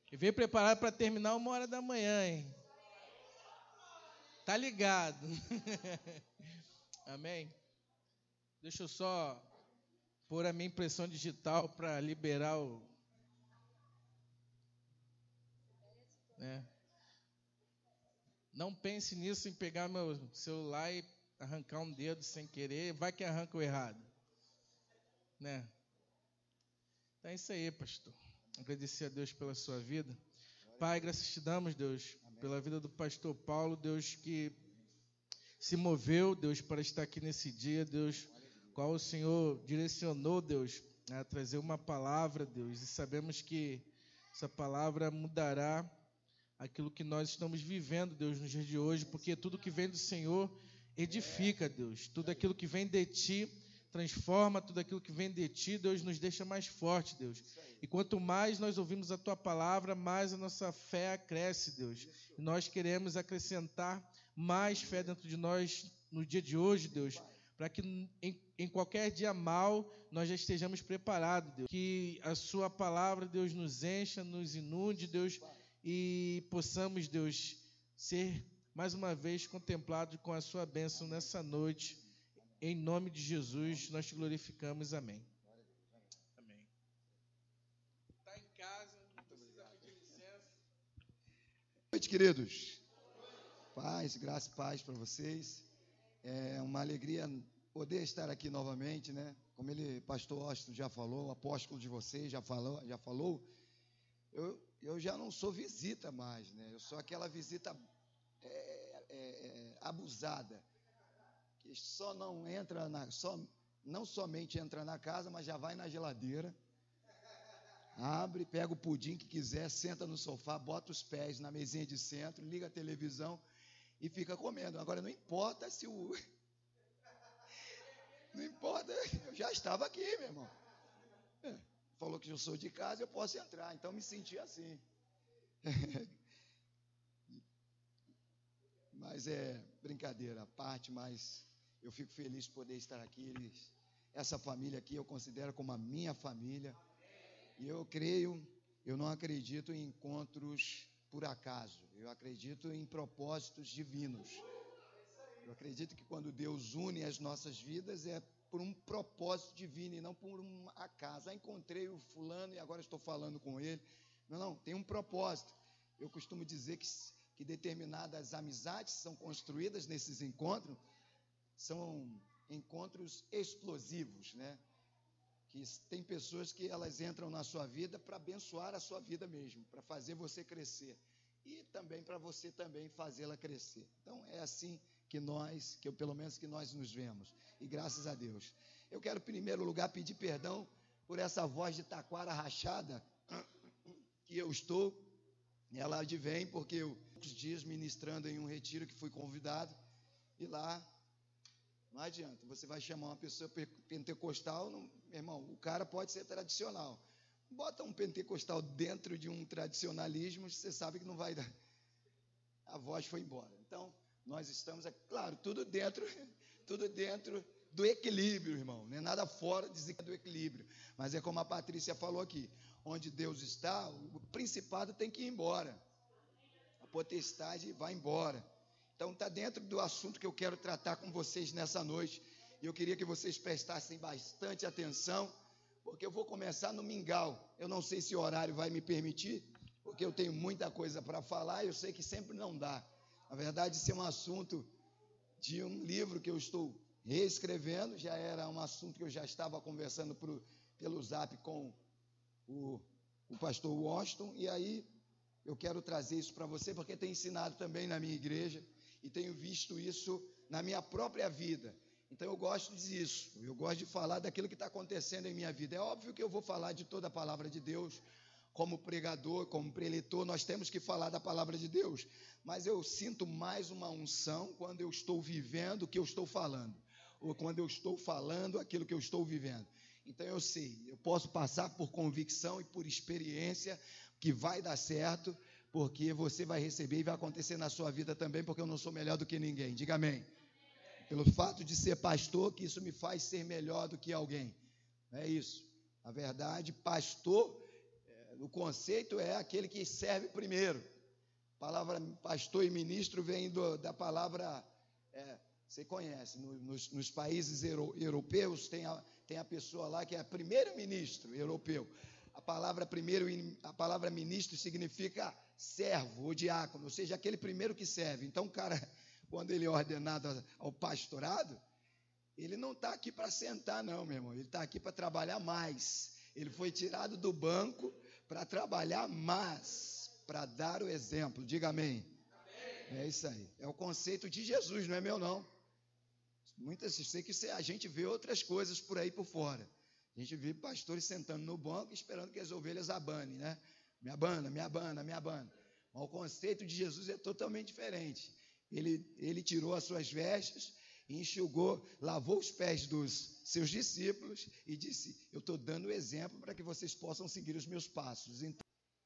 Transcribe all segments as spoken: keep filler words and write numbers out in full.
E veio preparado para terminar uma hora da manhã, hein? Tá ligado? Amém? Deixa eu só pôr a minha impressão digital para liberar o... Né? Não pense nisso em pegar meu celular e arrancar um dedo sem querer. Vai que arranca o errado. Né? Então é isso aí, pastor. Agradecer a Deus pela sua vida. Pai, graças te damos, Deus, pela vida do pastor Paulo, Deus, que se moveu, Deus, para estar aqui nesse dia, Deus, qual o Senhor direcionou, Deus, a trazer uma palavra, Deus, e sabemos que essa palavra mudará aquilo que nós estamos vivendo, Deus, nos dias de hoje, porque tudo que vem do Senhor edifica, Deus, tudo aquilo que vem de Ti transforma, tudo aquilo que vem de Ti, Deus, nos deixa mais forte, Deus. E quanto mais nós ouvimos a Tua palavra, mais a nossa fé cresce, Deus. E nós queremos acrescentar mais fé dentro de nós no dia de hoje, Deus, para que em, em qualquer dia mal nós já estejamos preparados, Deus. Que a Sua palavra, Deus, nos encha, nos inunde, Deus, e possamos, Deus, ser mais uma vez contemplados com a Sua bênção nessa noite. Em nome de Jesus, nós te glorificamos. Amém. Amém. Está em casa, não precisa pedir licença. Boa noite, queridos. Paz, graça e paz para vocês. É uma alegria poder estar aqui novamente, né? Como ele, pastor Austin já falou, o apóstolo de vocês já falou, já falou. Eu, eu já não sou visita mais, né? Eu sou aquela visita é, é, é, abusada, que só não entra na, só, não somente entra na casa, mas já vai na geladeira, abre, pega o pudim que quiser, senta no sofá, bota os pés na mesinha de centro, liga a televisão e fica comendo. Agora não importa se o não importa, eu já estava aqui, meu irmão. É, falou que eu sou de casa, eu posso entrar, então me senti assim. Mas é brincadeira à parte, mas eu fico feliz de poder estar aqui. Eles, essa família aqui eu considero como a minha família. E eu creio, eu não acredito em encontros por acaso. Eu acredito em propósitos divinos. Eu acredito que quando Deus une as nossas vidas é por um propósito divino e não por um acaso. Ah, encontrei o fulano e agora estou falando com ele. Não, não, tem um propósito. Eu costumo dizer que, que determinadas amizades são construídas nesses encontros. São encontros explosivos, né? Que tem pessoas que elas entram na sua vida para abençoar a sua vida mesmo, para fazer você crescer e também para você também fazê-la crescer. Então é assim que nós, que eu, pelo menos que nós nos vemos, e graças a Deus. Eu quero em primeiro lugar pedir perdão por essa voz de taquara rachada que eu estou, ela advém porque eu poucos dias ministrando em um retiro que fui convidado e lá não adianta, você vai chamar uma pessoa pentecostal, não, meu irmão, o cara pode ser tradicional. Bota um pentecostal dentro de um tradicionalismo, você sabe que não vai dar. A voz foi embora. Então, nós estamos, é claro, tudo dentro, tudo dentro do equilíbrio, irmão. Não é nada fora do equilíbrio. Mas é como a Patrícia falou aqui, onde Deus está, o principado tem que ir embora. A potestade vai embora. Então, está dentro do assunto que eu quero tratar com vocês nessa noite. E eu queria que vocês prestassem bastante atenção, porque eu vou começar no mingau. Eu não sei se o horário vai me permitir, porque eu tenho muita coisa para falar e eu sei que sempre não dá. Na verdade, isso é um assunto de um livro que eu estou reescrevendo. Já era um assunto que eu já estava conversando pro, pelo Zap com o, o pastor Washington. E aí eu quero trazer isso para você, porque tem ensinado também na minha igreja. E tenho visto isso na minha própria vida. Então eu gosto disso, eu gosto de falar daquilo que está acontecendo em minha vida. É óbvio que eu vou falar de toda a palavra de Deus, como pregador, como preletor, nós temos que falar da palavra de Deus. Mas eu sinto mais uma unção quando eu estou vivendo o que eu estou falando, ou quando eu estou falando aquilo que eu estou vivendo. Então eu sei, eu posso passar por convicção e por experiência que vai dar certo, porque você vai receber e vai acontecer na sua vida também, porque eu não sou melhor do que ninguém. Diga amém. Pelo fato de ser pastor, que isso me faz ser melhor do que alguém. É isso. Na verdade, pastor, o conceito é aquele que serve primeiro. A palavra pastor e ministro vem do, da palavra, é, você conhece, no, nos, nos países euro, europeus tem a, tem a pessoa lá que é primeiro-ministro europeu. A palavra primeiro, a palavra ministro significa servo ou diácono, ou seja, aquele primeiro que serve. Então, o cara, quando ele é ordenado ao pastorado, ele não está aqui para sentar, não, meu irmão. Ele está aqui para trabalhar mais. Ele foi tirado do banco para trabalhar mais, para dar o exemplo. Diga amém. Amém. É isso aí. É o conceito de Jesus, não é meu, não. Muitas, sei que a gente vê outras coisas por aí por fora. A gente vê pastores sentando no banco esperando que as ovelhas abanem, né? Me abana, me abana, me abana. Mas o conceito de Jesus é totalmente diferente. Ele, ele tirou as suas vestes, enxugou, lavou os pés dos seus discípulos e disse: eu estou dando o exemplo para que vocês possam seguir os meus passos. Então,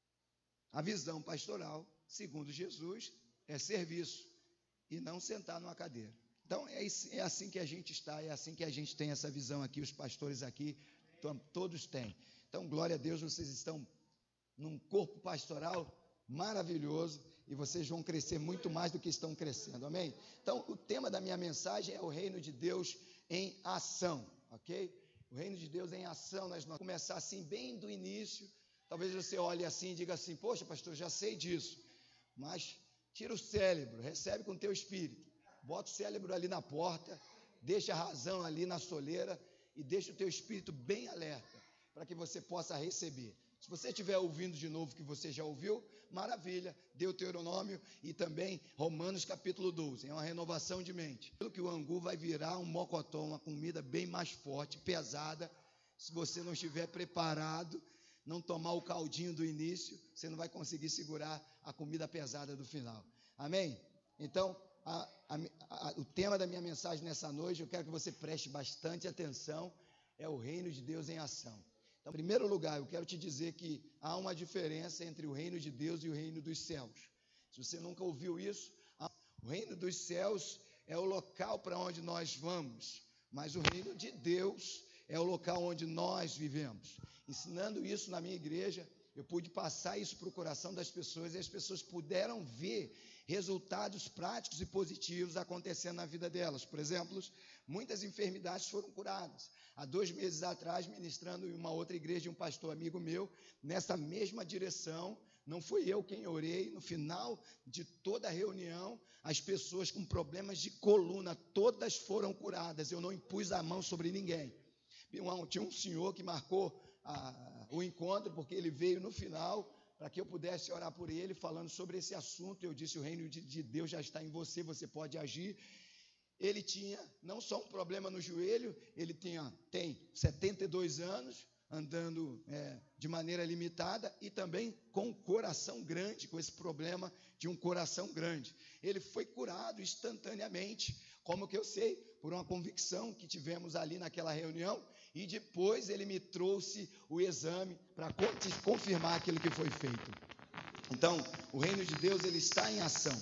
a visão pastoral, segundo Jesus, é serviço e não sentar numa cadeira. Então, é, é assim que a gente está, é assim que a gente tem essa visão aqui, os pastores aqui, todos têm. Então, glória a Deus, vocês estão num corpo pastoral maravilhoso e vocês vão crescer muito mais do que estão crescendo, amém? Então, o tema da minha mensagem é o reino de Deus em ação, ok? O reino de Deus em ação. Nós vamos começar assim, bem do início. Talvez você olhe assim e diga assim: poxa, pastor, já sei disso. Mas tira o cérebro, recebe com o teu espírito. Bota o cérebro ali na porta, deixa a razão ali na soleira e deixa o teu espírito bem alerta, para que você possa receber. Se você estiver ouvindo de novo o que você já ouviu, maravilha, Deuteronômio e também Romanos capítulo doze, é uma renovação de mente. Pelo que o angu vai virar um mocotó, uma comida bem mais forte, pesada. Se você não estiver preparado, não tomar o caldinho do início, você não vai conseguir segurar a comida pesada do final. Amém? Então, a, a, a, o tema da minha mensagem nessa noite, eu quero que você preste bastante atenção, é o reino de Deus em ação. Então, em primeiro lugar, eu quero te dizer que há uma diferença entre o reino de Deus e o reino dos céus. Se você nunca ouviu isso, o reino dos céus é o local para onde nós vamos, mas o reino de Deus é o local onde nós vivemos. Ensinando isso na minha igreja, eu pude passar isso para o coração das pessoas e as pessoas puderam ver resultados práticos e positivos acontecendo na vida delas. Por exemplo, muitas enfermidades foram curadas. Há dois meses atrás, ministrando em uma outra igreja de um pastor amigo meu, nessa mesma direção, não fui eu quem orei, no final de toda a reunião, as pessoas com problemas de coluna, todas foram curadas, eu não impus a mão sobre ninguém. Tinha um senhor que marcou a, o encontro, porque ele veio no final, para que eu pudesse orar por ele, falando sobre esse assunto. Eu disse: o reino de, de Deus já está em você, você pode agir. Ele tinha não só um problema no joelho, ele tinha, tem setenta e dois anos, andando é, de maneira limitada e também com um coração grande, com esse problema de um coração grande. Ele foi curado instantaneamente, como que eu sei? Por uma convicção que tivemos ali naquela reunião, e depois ele me trouxe o exame para confirmar aquilo que foi feito. Então, o reino de Deus, ele está em ação.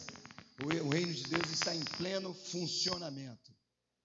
O reino de Deus está em pleno funcionamento.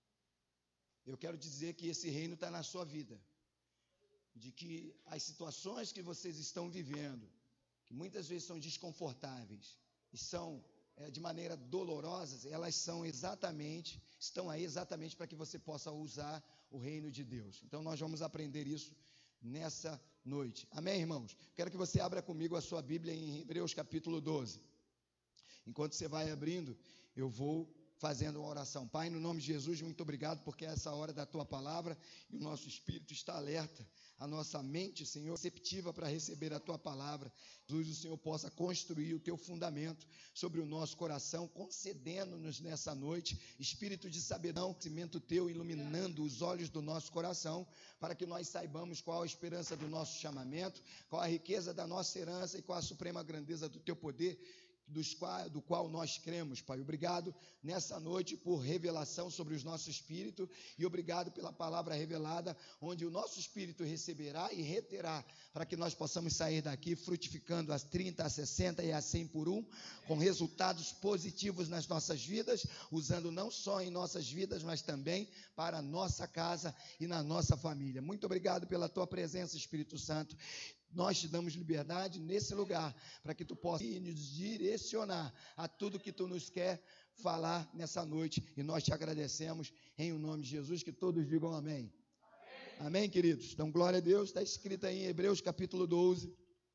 Eu quero dizer que esse reino está na sua vida. De que as situações que vocês estão vivendo, que muitas vezes são desconfortáveis e são é, de maneira dolorosas, elas são exatamente, estão aí exatamente para que você possa usar o reino de Deus. Então nós vamos aprender isso nessa noite. Amém, irmãos? Quero que você abra comigo a sua Bíblia em Hebreus capítulo doze. Enquanto você vai abrindo, eu vou fazendo uma oração. Pai, no nome de Jesus, muito obrigado, porque é essa hora da Tua palavra e o nosso espírito está alerta, a nossa mente, Senhor, receptiva para receber a Tua palavra. Jesus, o Senhor possa construir o Teu fundamento sobre o nosso coração, concedendo-nos nessa noite espírito de sabedoria, conhecimento Teu, iluminando os olhos do nosso coração, para que nós saibamos qual a esperança do nosso chamamento, qual a riqueza da nossa herança e qual a suprema grandeza do Teu poder, Dos qual, do qual nós cremos, Pai. Obrigado nessa noite por revelação sobre os nossos espíritos e obrigado pela palavra revelada, onde o nosso espírito receberá e reterá, para que nós possamos sair daqui frutificando as trinta, a sessenta e a cem por um, com resultados positivos nas nossas vidas, usando não só em nossas vidas, mas também para a nossa casa e na nossa família. Muito obrigado pela Tua presença, Espírito Santo. nós te damos liberdade nesse lugar, para que tu possa nos direcionar a tudo que tu nos quer falar nessa noite, e nós te agradecemos em o nome de Jesus, que todos digam amém. Amém, amém, queridos? Então, glória a Deus, está escrito aí em Hebreus capítulo doze,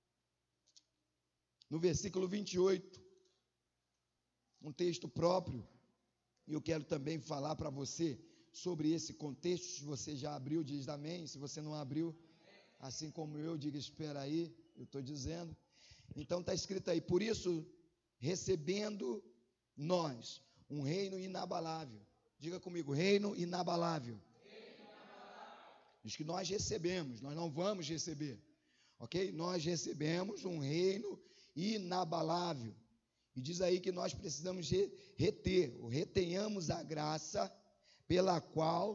no versículo vinte e oito, um texto próprio, e eu quero também falar para você sobre esse contexto. Se você já abriu, diz amém. Se você não abriu, assim como eu, diga espera aí, eu estou dizendo. Então está escrito aí: por isso, recebendo nós um reino inabalável. Diga comigo, reino inabalável. Reino inabalável. Diz que nós recebemos, nós não vamos receber, ok? Nós recebemos um reino inabalável. E diz aí que nós precisamos reter, ou retenhamos a graça pela qual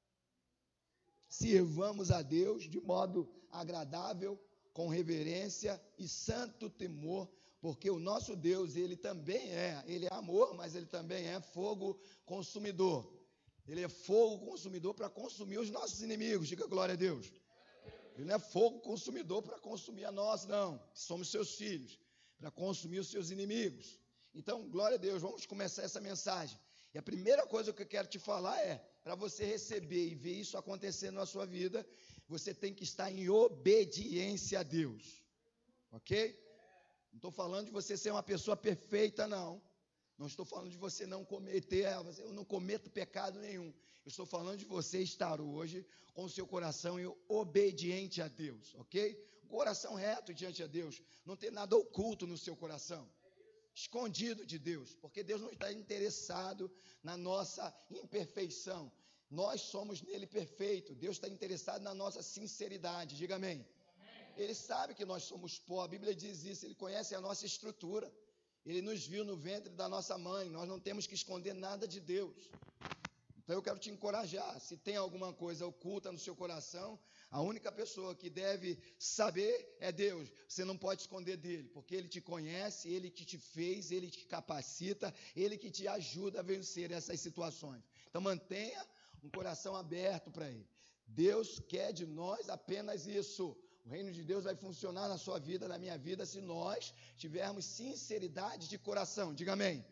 sirvamos a Deus de modo agradável, com reverência e santo temor, porque o nosso Deus, ele também é, ele é amor, mas ele também é fogo consumidor. Ele é fogo consumidor para consumir os nossos inimigos. Diga glória a Deus. Ele não é fogo consumidor para consumir a nós, não. Somos seus filhos, para consumir os seus inimigos. Então, glória a Deus, vamos começar essa mensagem. E a primeira coisa que eu quero te falar é, para você receber e ver isso acontecendo na sua vida, você tem que estar em obediência a Deus, ok? Não estou falando de você ser uma pessoa perfeita, não. Não estou falando de você não cometer, eu não cometo pecado nenhum. Eu estou falando de você estar hoje com o seu coração obediente a Deus, ok? Coração reto diante de Deus, não ter nada oculto no seu coração, escondido de Deus, porque Deus não está interessado na nossa imperfeição, nós somos nele perfeito. Deus está interessado na nossa sinceridade, diga amém. Amém. Ele sabe que nós somos pó, a Bíblia diz isso, ele conhece a nossa estrutura, ele nos viu no ventre da nossa mãe, nós não temos que esconder nada de Deus. Então eu quero te encorajar, se tem alguma coisa oculta no seu coração, a única pessoa que deve saber é Deus. Você não pode esconder dele, porque ele te conhece, ele que te fez, ele te capacita, ele que te ajuda a vencer essas situações. Então mantenha um coração aberto para ele. Deus quer de nós apenas isso. O reino de Deus vai funcionar na sua vida, na minha vida, se nós tivermos sinceridade de coração. Diga amém.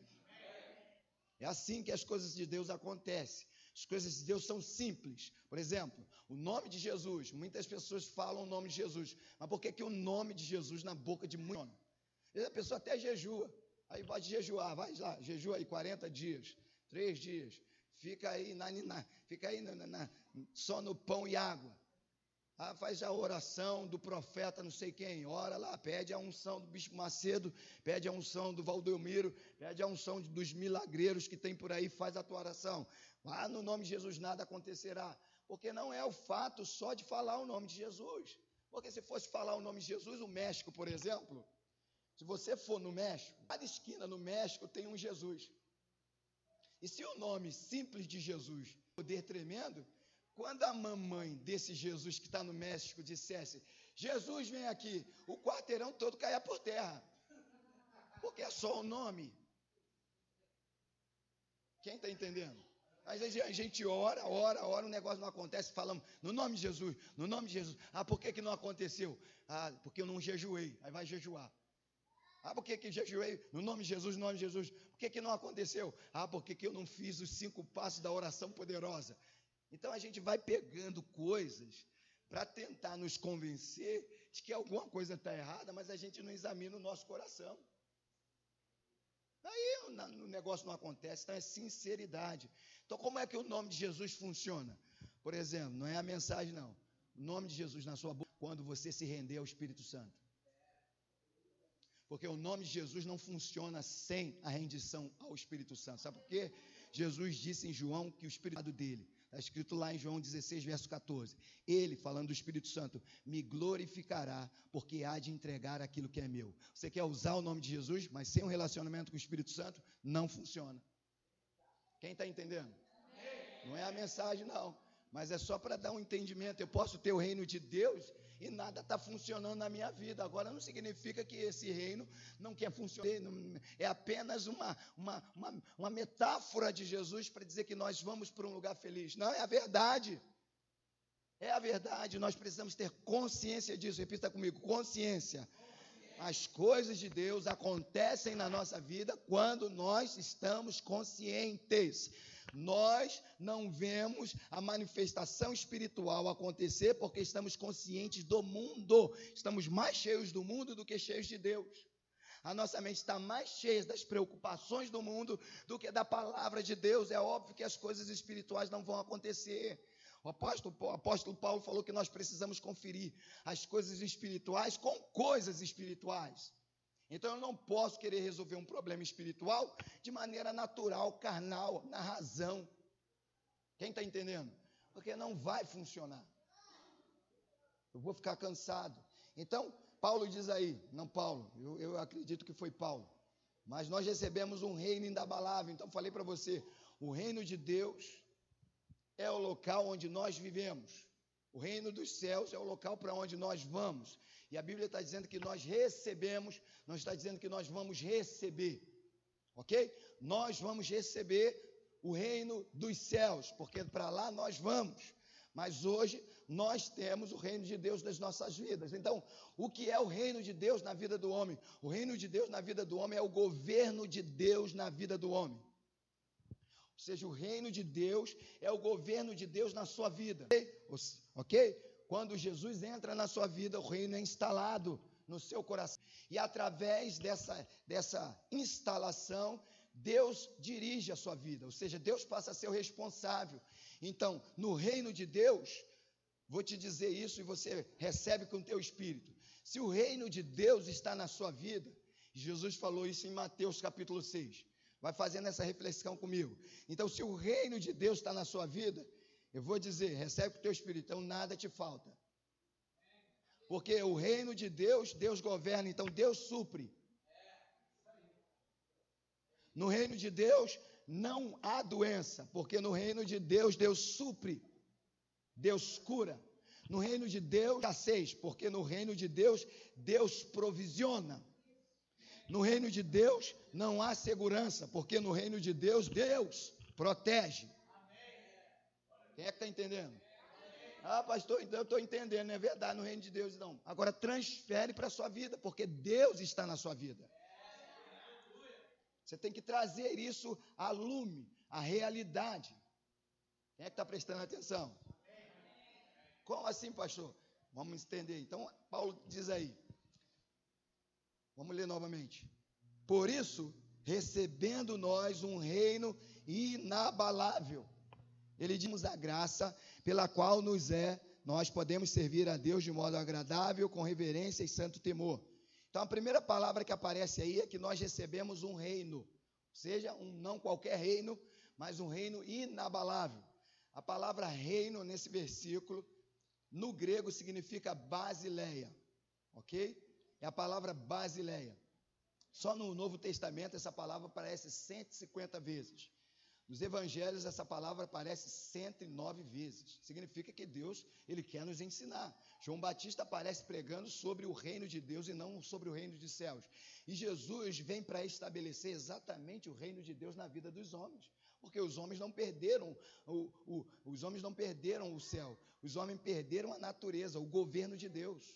É assim que as coisas de Deus acontecem. As coisas de Deus são simples. Por exemplo, o nome de Jesus. Muitas pessoas falam o nome de Jesus. Mas por que, que o nome de Jesus na boca de muitos? A pessoa até jejua. Aí pode jejuar. Vai lá, jejua aí quarenta dias, três dias. Fica aí, na, na, fica aí na, na, só no pão e água. Ah, faz a oração do profeta não sei quem, ora lá, pede a unção do Bispo Macedo, pede a unção do Valdomiro, pede a unção dos milagreiros que tem por aí, faz a tua oração. Ah, no nome de Jesus nada acontecerá, porque não é o fato só de falar o nome de Jesus, porque se fosse falar o nome de Jesus, o México, por exemplo, se você for no México, cada esquina no México tem um Jesus, e se o nome simples de Jesus, poder tremendo, quando a mamãe desse Jesus que está no México dissesse, Jesus vem aqui, o quarteirão todo caia por terra, porque é só o nome. Quem está entendendo? Às vezes a gente ora, ora, ora, o negócio não acontece, falamos, no nome de Jesus, no nome de Jesus. Ah, por que que não aconteceu? Ah, porque eu não jejuei, aí vai jejuar. Ah, por que que jejuei? No nome de Jesus, no nome de Jesus. Por que que não aconteceu? Ah, porque que eu não fiz os cinco passos da oração poderosa. Então a gente vai pegando coisas para tentar nos convencer de que alguma coisa está errada, mas a gente não examina o nosso coração. Aí o negócio não acontece, então é sinceridade. Então como é que o nome de Jesus funciona? Por exemplo, não é a mensagem não. O nome de Jesus na sua boca, quando você se render ao Espírito Santo. Porque o nome de Jesus não funciona sem a rendição ao Espírito Santo. Sabe por quê? Jesus disse em João que o Espírito dele, está escrito lá em João dezesseis, verso catorze. Ele, falando do Espírito Santo, me glorificará, porque há de entregar aquilo que é meu. Você quer usar o nome de Jesus, mas sem um relacionamento com o Espírito Santo, não funciona. Quem está entendendo? Não é a mensagem, não. Mas é só para dar um entendimento. Eu posso ter o reino de Deus e nada está funcionando na minha vida. Agora não significa que esse reino não quer funcionar. É apenas uma, uma, uma, uma metáfora de Jesus para dizer que nós vamos para um lugar feliz. Não, é a verdade. É a verdade, nós precisamos ter consciência disso. Repita comigo, consciência. As coisas de Deus acontecem na nossa vida quando nós estamos conscientes. Nós não vemos a manifestação espiritual acontecer porque estamos conscientes do mundo. Estamos mais cheios do mundo do que cheios de Deus. A nossa mente está mais cheia das preocupações do mundo do que da palavra de Deus. É óbvio que as coisas espirituais não vão acontecer. O apóstolo, o apóstolo Paulo falou que nós precisamos conferir as coisas espirituais com coisas espirituais. Então eu não posso querer resolver um problema espiritual de maneira natural, carnal, na razão. Quem está entendendo? Porque não vai funcionar. Eu vou ficar cansado. Então, Paulo diz aí, não Paulo, eu, eu acredito que foi Paulo, mas nós recebemos um reino inabalável. Então falei para você, o reino de Deus é o local onde nós vivemos. O reino dos céus é o local para onde nós vamos. E a Bíblia está dizendo que nós recebemos, não está dizendo que nós vamos receber. Ok? Nós vamos receber o reino dos céus, porque para lá nós vamos. Mas hoje nós temos o reino de Deus nas nossas vidas. Então, o que é o reino de Deus na vida do homem? O reino de Deus na vida do homem é o governo de Deus na vida do homem. Ou seja, o reino de Deus é o governo de Deus na sua vida. Ok? Quando Jesus entra na sua vida, o reino é instalado no seu coração. E através dessa, dessa instalação, Deus dirige a sua vida. Ou seja, Deus passa a ser o responsável. Então, no reino de Deus, vou te dizer isso e você recebe com o teu espírito. Se o reino de Deus está na sua vida, Jesus falou isso em Mateus capítulo seis. Vai fazendo essa reflexão comigo. Então, se o reino de Deus está na sua vida, eu vou dizer, recebe com o teu espírito, então nada te falta. Porque o reino de Deus, Deus governa, então Deus supre. No reino de Deus não há doença, porque no reino de Deus, Deus supre, Deus cura. No reino de Deus, escassez, porque no reino de Deus, Deus provisiona. No reino de Deus não há segurança, porque no reino de Deus, Deus protege. Quem é que está entendendo? Ah, pastor, então eu estou entendendo, não é verdade, no reino de Deus não. Agora transfere para a sua vida, porque Deus está na sua vida. Você tem que trazer isso à lume, à realidade. Quem é que está prestando atenção? Como assim, pastor? Vamos entender. Então, Paulo diz aí. Vamos ler novamente. Por isso, recebendo nós um reino inabalável, ele diz a graça pela qual nos é, nós podemos servir a Deus de modo agradável, com reverência e santo temor. Então, a primeira palavra que aparece aí é que nós recebemos um reino, ou seja, um não qualquer reino, mas um reino inabalável. A palavra reino nesse versículo, no grego, significa basileia, ok? É a palavra basileia. Só no Novo Testamento essa palavra aparece cento e cinquenta vezes. Nos evangelhos essa palavra aparece cento e nove vezes. Significa que Deus, Ele quer nos ensinar. João Batista aparece pregando sobre o reino de Deus e não sobre o reino dos céus. E Jesus vem para estabelecer exatamente o reino de Deus na vida dos homens. Porque os homens não perderam o, o, os homens não perderam o céu. Os homens perderam a natureza, o governo de Deus.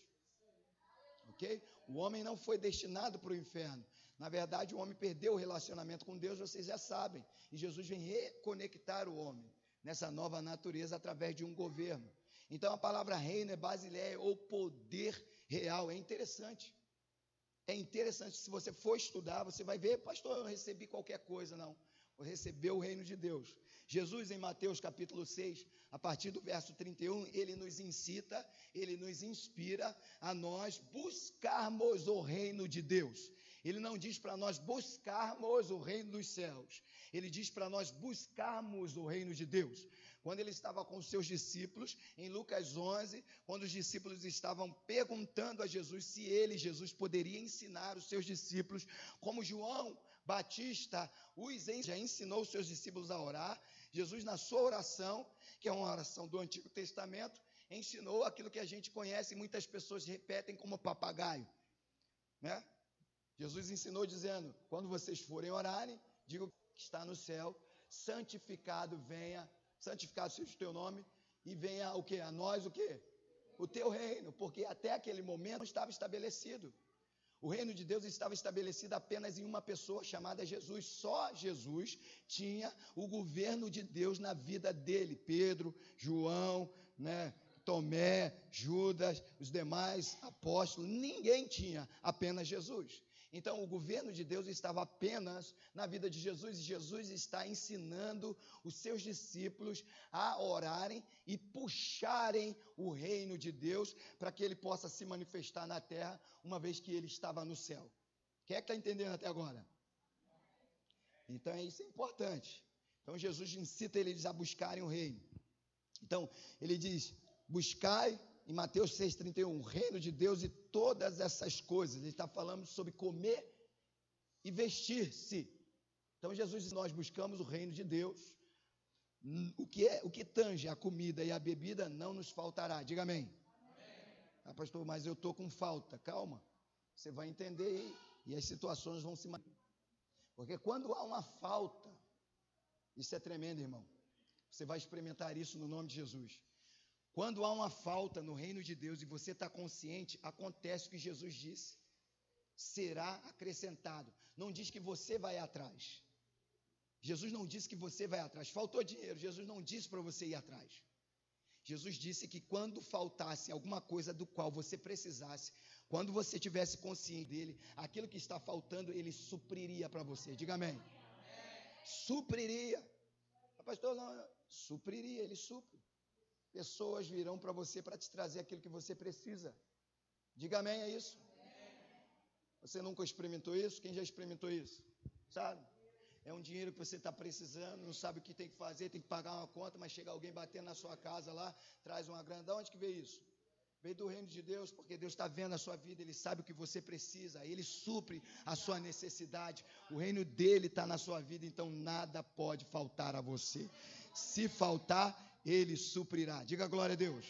Ok? O homem não foi destinado para o inferno. Na verdade, o homem perdeu o relacionamento com Deus, vocês já sabem. E Jesus vem reconectar o homem nessa nova natureza através de um governo. Então, a palavra reino é basileia, ou poder real. É interessante. É interessante. Se você for estudar, você vai ver, pastor, eu recebi qualquer coisa. Não. Eu recebi o reino de Deus. Jesus, em Mateus capítulo seis, a partir do verso trinta e um, ele nos incita, ele nos inspira a nós buscarmos o reino de Deus. Ele não diz para nós buscarmos o reino dos céus. Ele diz para nós buscarmos o reino de Deus. Quando ele estava com os seus discípulos, em Lucas onze, quando os discípulos estavam perguntando a Jesus se ele, Jesus, poderia ensinar os seus discípulos, como João Batista os já ensinou os seus discípulos a orar. Jesus, na sua oração, que é uma oração do Antigo Testamento, ensinou aquilo que a gente conhece e muitas pessoas repetem como papagaio, né? Jesus ensinou dizendo, quando vocês forem orarem, digam que está no céu, santificado venha, santificado seja o teu nome, e venha o quê? A nós o quê? O teu reino, porque até aquele momento não estava estabelecido. O reino de Deus estava estabelecido apenas em uma pessoa chamada Jesus. Só Jesus tinha o governo de Deus na vida dele. Pedro, João, né, Tomé, Judas, os demais apóstolos, ninguém tinha, apenas Jesus. Então, o governo de Deus estava apenas na vida de Jesus, e Jesus está ensinando os seus discípulos a orarem e puxarem o reino de Deus para que ele possa se manifestar na terra, uma vez que ele estava no céu. Quem é que está entendendo até agora? Então, isso é importante. Então, Jesus incita eles a buscarem o reino. Então, ele diz, buscai, em Mateus seis, trinta e um, o reino de Deus e todas essas coisas. Ele está falando sobre comer e vestir-se. Então, Jesus, nós buscamos o reino de Deus. O que é, o que tange a comida e a bebida não nos faltará. Diga amém. Amém. Ah, pastor, mas eu estou com falta. Calma, você vai entender e, e as situações vão se... Porque quando há uma falta, isso é tremendo, irmão. Você vai experimentar isso no nome de Jesus. Quando há uma falta no reino de Deus e você está consciente, acontece o que Jesus disse. Será acrescentado. Não diz que você vai atrás. Jesus não disse que você vai atrás. Faltou dinheiro, Jesus não disse para você ir atrás. Jesus disse que quando faltasse alguma coisa do qual você precisasse, quando você tivesse consciência dele, aquilo que está faltando, ele supriria para você. Diga amém. Amém. Supriria. Pastor, não, não. Supriria, ele supre. Pessoas virão para você para te trazer aquilo que você precisa. Diga amém, é isso? Você nunca experimentou isso? Quem já experimentou isso? Sabe? É um dinheiro que você está precisando, não sabe o que tem que fazer, tem que pagar uma conta, mas chega alguém batendo na sua casa lá, traz uma grana. De onde que veio isso? Veio do reino de Deus, porque Deus está vendo a sua vida, Ele sabe o que você precisa, Ele supre a sua necessidade. O reino dEle está na sua vida, então nada pode faltar a você. Se faltar, Ele suprirá. Diga glória a Deus.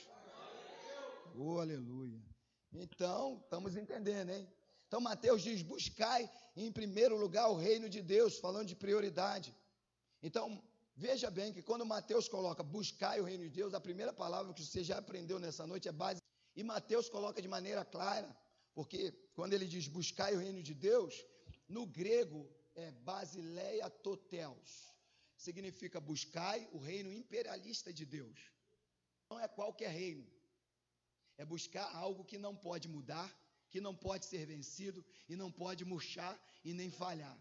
Oh, aleluia. Então, estamos entendendo, hein? Então, Mateus diz, buscai em primeiro lugar o reino de Deus, falando de prioridade. Então, veja bem que quando Mateus coloca buscai o reino de Deus, a primeira palavra que você já aprendeu nessa noite é base. E Mateus coloca de maneira clara, porque quando ele diz buscai o reino de Deus, no grego é basileia toteos. Significa buscai o reino imperialista de Deus. Não é qualquer reino. É buscar algo que não pode mudar, que não pode ser vencido e não pode murchar e nem falhar.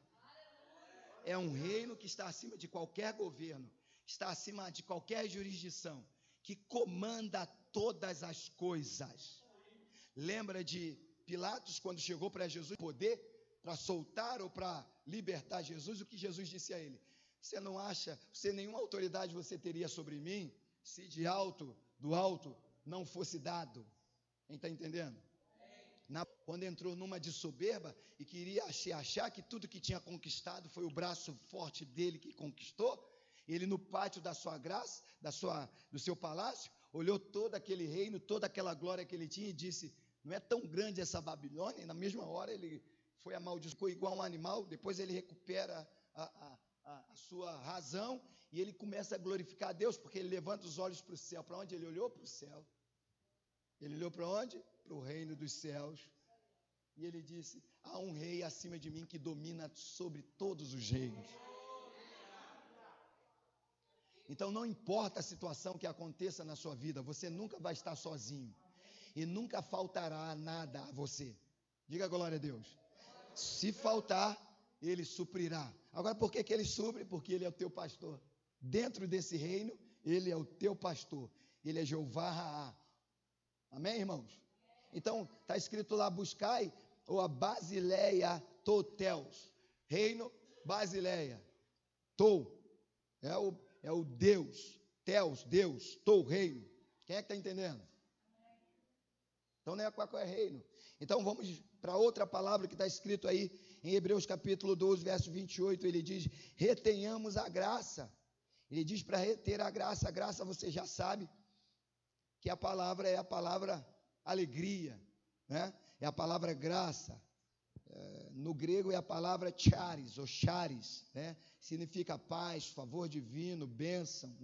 É um reino que está acima de qualquer governo, está acima de qualquer jurisdição, que comanda todas as coisas. Lembra de Pilatos quando chegou para Jesus poder, para soltar ou para libertar Jesus? O que Jesus disse a ele? Você não acha, você nenhuma autoridade você teria sobre mim, se de alto, do alto, não fosse dado. Quem está entendendo? Na, quando entrou numa de soberba e queria achar, achar que tudo que tinha conquistado foi o braço forte dele que conquistou, ele no pátio da sua graça, da sua, do seu palácio, olhou todo aquele reino, toda aquela glória que ele tinha e disse, não é tão grande essa Babilônia? E na mesma hora ele foi amaldiçoado, igual um animal, depois ele recupera a, a, a, a sua razão e ele começa a glorificar a Deus, porque ele levanta os olhos para o céu. Para onde ele olhou? Para o céu. Ele olhou para onde? Para o reino dos céus. E ele disse, há um rei acima de mim que domina sobre todos os reinos. Então não importa a situação que aconteça na sua vida, você nunca vai estar sozinho. E nunca faltará nada a você. Diga glória a Deus. Se faltar, Ele suprirá. Agora por que que Ele supre? Porque Ele é o teu pastor. Dentro desse reino, Ele é o teu pastor. Ele é Jeová Raá. Amém, irmãos? Então, está escrito lá, buscai, ou a Basileia Toteus. Reino, Basileia. Tou, é o, é o Deus. Teus, Deus. Tou, reino. Quem é que está entendendo? Então, não é qualquer reino. Então, vamos para outra palavra que está escrito aí, em Hebreus capítulo doze, verso vinte e oito, ele diz, retenhamos a graça. Ele diz para reter a graça, a graça você já sabe, que a palavra é a palavra alegria, né? É a palavra graça, é, no grego é a palavra charis, ou charis, né? Significa paz, favor divino, bênção, né?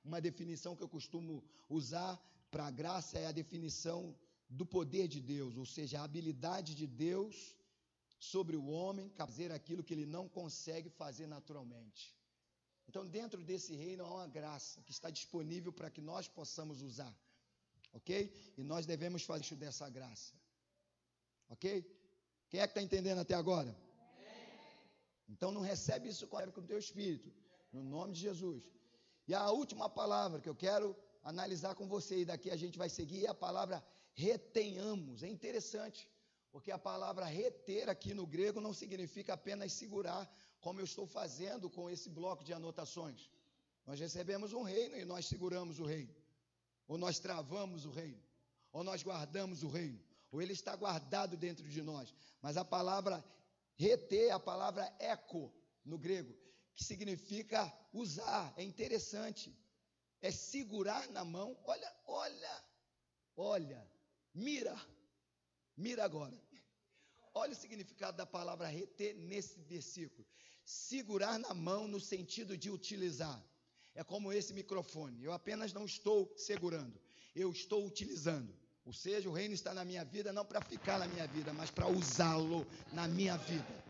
Uma definição que eu costumo usar para a graça é a definição do poder de Deus, ou seja, a habilidade de Deus sobre o homem fazer aquilo que ele não consegue fazer naturalmente. Então, dentro desse reino há uma graça que está disponível para que nós possamos usar, ok? E nós devemos fazer isso dessa graça, ok? Quem é que está entendendo até agora? Então, não recebe isso com o teu espírito, no nome de Jesus. E a última palavra que eu quero analisar com você, e daqui a gente vai seguir, é a palavra retenhamos. É interessante, porque a palavra reter aqui no grego não significa apenas segurar, como eu estou fazendo com esse bloco de anotações. Nós recebemos um reino e nós seguramos o reino, ou nós travamos o reino, ou nós guardamos o reino, ou ele está guardado dentro de nós. Mas a palavra reter, a palavra eco no grego, que significa usar. É interessante, é segurar na mão. Olha, olha, olha, mira, mira agora. Olha o significado da palavra reter nesse versículo. Segurar na mão no sentido de utilizar. É como esse microfone, eu apenas não estou segurando, eu estou utilizando. Ou seja, o reino está na minha vida não para ficar na minha vida, mas para usá-lo na minha vida.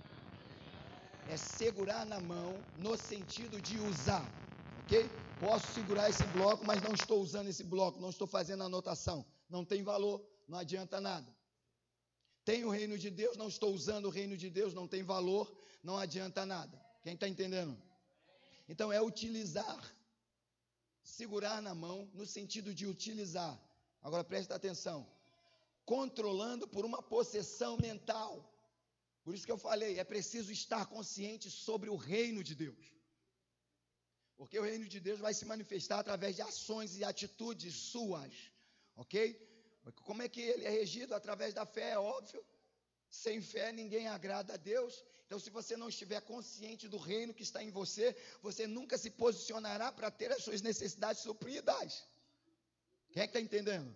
É segurar na mão no sentido de usar, ok? Posso segurar esse bloco, mas não estou usando esse bloco, não estou fazendo anotação, não tem valor, não adianta nada. Tenho o reino de Deus, não estou usando o reino de Deus, não tem valor, não adianta nada. Quem está entendendo? Então é utilizar, segurar na mão no sentido de utilizar. Agora presta atenção, controlando por uma possessão mental. Por isso que eu falei, é preciso estar consciente sobre o reino de Deus. Porque o reino de Deus vai se manifestar através de ações e atitudes suas, ok? Como é que ele é regido? Através da fé, é óbvio. Sem fé ninguém agrada a Deus. Então, se você não estiver consciente do reino que está em você, você nunca se posicionará para ter as suas necessidades supridas. Quem é que está entendendo?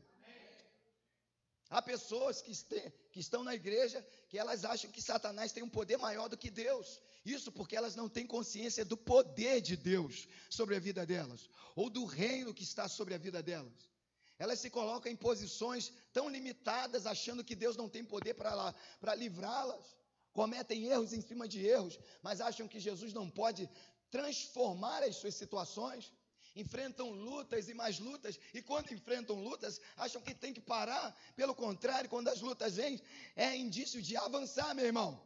Há pessoas que, este, que estão na igreja que elas acham que Satanás tem um poder maior do que Deus. Isso porque elas não têm consciência do poder de Deus sobre a vida delas, ou do reino que está sobre a vida delas. Elas se colocam em posições tão limitadas, achando que Deus não tem poder para para livrá-las. Cometem erros em cima de erros, mas acham que Jesus não pode transformar as suas situações. Enfrentam lutas e mais lutas, e quando enfrentam lutas, acham que tem que parar. Pelo contrário, quando as lutas vêm, é indício de avançar, meu irmão.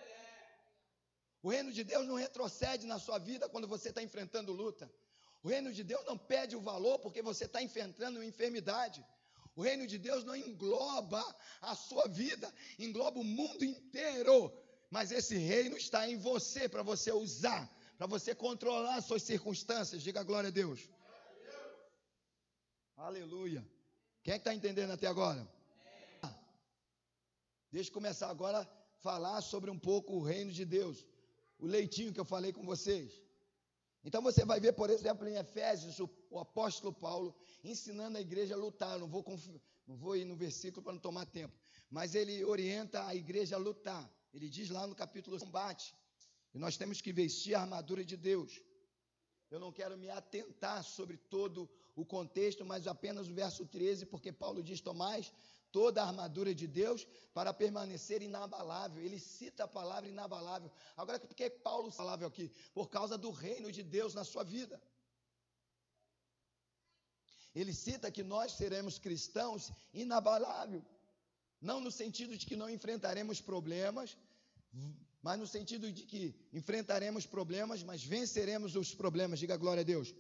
O reino de Deus não retrocede na sua vida quando você está enfrentando luta. O reino de Deus não perde o valor porque você está enfrentando uma enfermidade. O reino de Deus não engloba a sua vida, engloba o mundo inteiro. Mas esse reino está em você, para você usar, para você controlar as suas circunstâncias. Diga glória a Deus. Glória a Deus. Aleluia. Quem é que está entendendo até agora? É. Deixa eu começar agora a falar sobre um pouco o reino de Deus. O leitinho que eu falei com vocês. Então você vai ver, por exemplo, em Efésios, o, o apóstolo Paulo ensinando a igreja a lutar. Eu não vou, conf... não vou ir no versículo para não tomar tempo. Mas ele orienta a igreja a lutar. Ele diz lá no capítulo combate. E nós temos que vestir a armadura de Deus. Eu não quero me atentar sobre todo o contexto, mas apenas o verso treze, porque Paulo diz: tomai toda a armadura de Deus para permanecer inabalável. Ele cita a palavra inabalável. Agora, por que Paulo fala aqui? Por causa do reino de Deus na sua vida. Ele cita que nós seremos cristãos inabalável. Não no sentido de que não enfrentaremos problemas, mas no sentido de que enfrentaremos problemas, mas venceremos os problemas. Diga glória a Deus.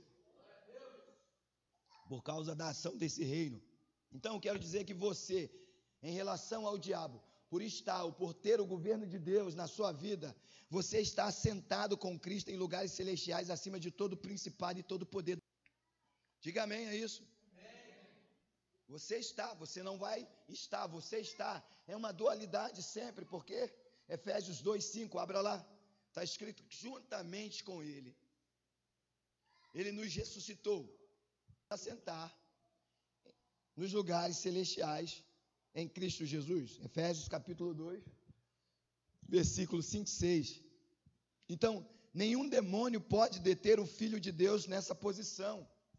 Por causa da ação desse reino. Então, eu quero dizer que você, em relação ao diabo, por estar ou por ter o governo de Deus na sua vida, você está assentado com Cristo em lugares celestiais, acima de todo principado e todo poder. Diga amém, é isso? Você está, você não vai estar, você está. É uma dualidade sempre, porque Efésios dois, cinco, abra lá, está escrito: juntamente com Ele, Ele nos ressuscitou para sentar nos lugares celestiais em Cristo Jesus. Efésios capítulo dois, versículos cinco e seis. Então, nenhum demônio pode deter o Filho de Deus nessa posição.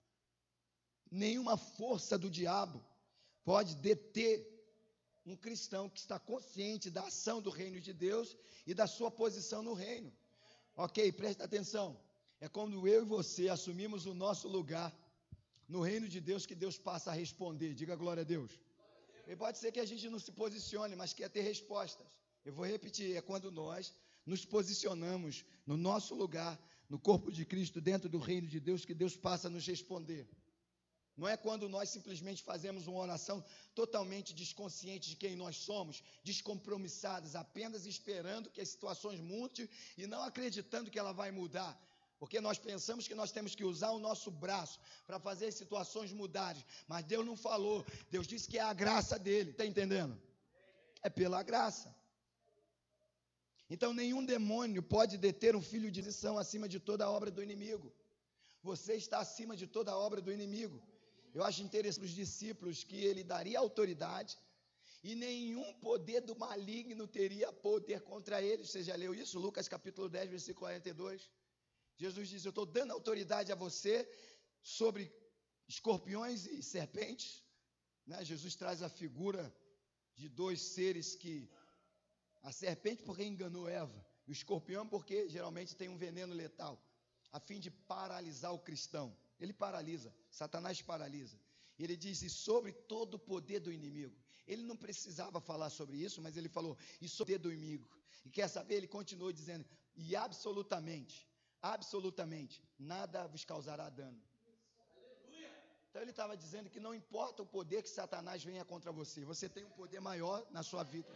Nenhuma força do diabo pode deter um cristão que está consciente da ação do reino de Deus e da sua posição no reino. Ok, presta atenção. É quando eu e você assumimos o nosso lugar no reino de Deus que Deus passa a responder. Diga glória a Deus. E pode ser que a gente não se posicione, mas quer ter respostas. Eu vou repetir, é quando nós nos posicionamos no nosso lugar, no corpo de Cristo, dentro do reino de Deus, que Deus passa a nos responder. Não é quando nós simplesmente fazemos uma oração totalmente desconsciente de quem nós somos, descompromissados, apenas esperando que as situações mudem e não acreditando que ela vai mudar. Porque nós pensamos que nós temos que usar o nosso braço para fazer as situações mudarem. Mas Deus não falou. Deus disse que é a graça dele. Está entendendo? É pela graça. Então nenhum demônio pode deter um filho de Deus acima de toda a obra do inimigo. Você está acima de toda a obra do inimigo. Eu acho interessante os discípulos que ele daria autoridade e nenhum poder do maligno teria poder contra eles. Você já leu isso? Lucas capítulo dez, versículo quarenta e dois. Jesus diz, eu estou dando autoridade a você sobre escorpiões e serpentes. Né? Jesus traz a figura de dois seres que... A serpente porque enganou Eva, e o escorpião porque geralmente tem um veneno letal, a fim de paralisar o cristão. Ele paralisa, Satanás paralisa. E ele diz, e sobre todo o poder do inimigo. Ele não precisava falar sobre isso, mas ele falou, e sobre o poder do inimigo. E quer saber? Ele continuou dizendo, e absolutamente, absolutamente, nada vos causará dano. Então ele estava dizendo que não importa o poder que Satanás venha contra você, você tem um poder maior na sua vida.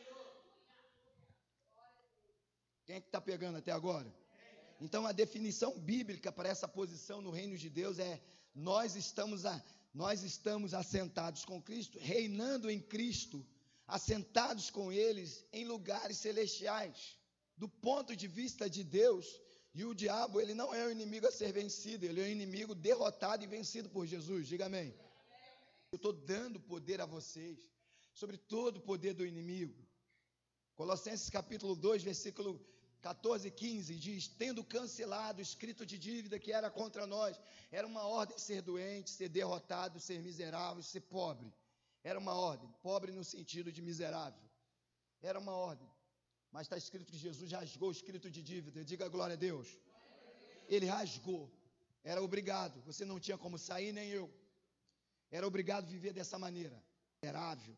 Quem é que está pegando até agora? Então a definição bíblica para essa posição no reino de Deus é, nós estamos, a, nós estamos assentados com Cristo, reinando em Cristo, assentados com eles em lugares celestiais. Do ponto de vista de Deus, e o diabo, ele não é o inimigo a ser vencido, ele é o inimigo derrotado e vencido por Jesus. Diga amém. Eu estou dando poder a vocês sobre todo o poder do inimigo. Colossenses capítulo dois, versículo catorze e quinze diz, tendo cancelado o escrito de dívida que era contra nós, era uma ordem ser doente, ser derrotado, ser miserável, ser pobre. Era uma ordem, pobre no sentido de miserável. Era uma ordem. Mas está escrito que Jesus rasgou o escrito de dívida. Diga glória a Deus. Ele rasgou. Era obrigado. Você não tinha como sair, nem eu. Era obrigado a viver dessa maneira. Miserável.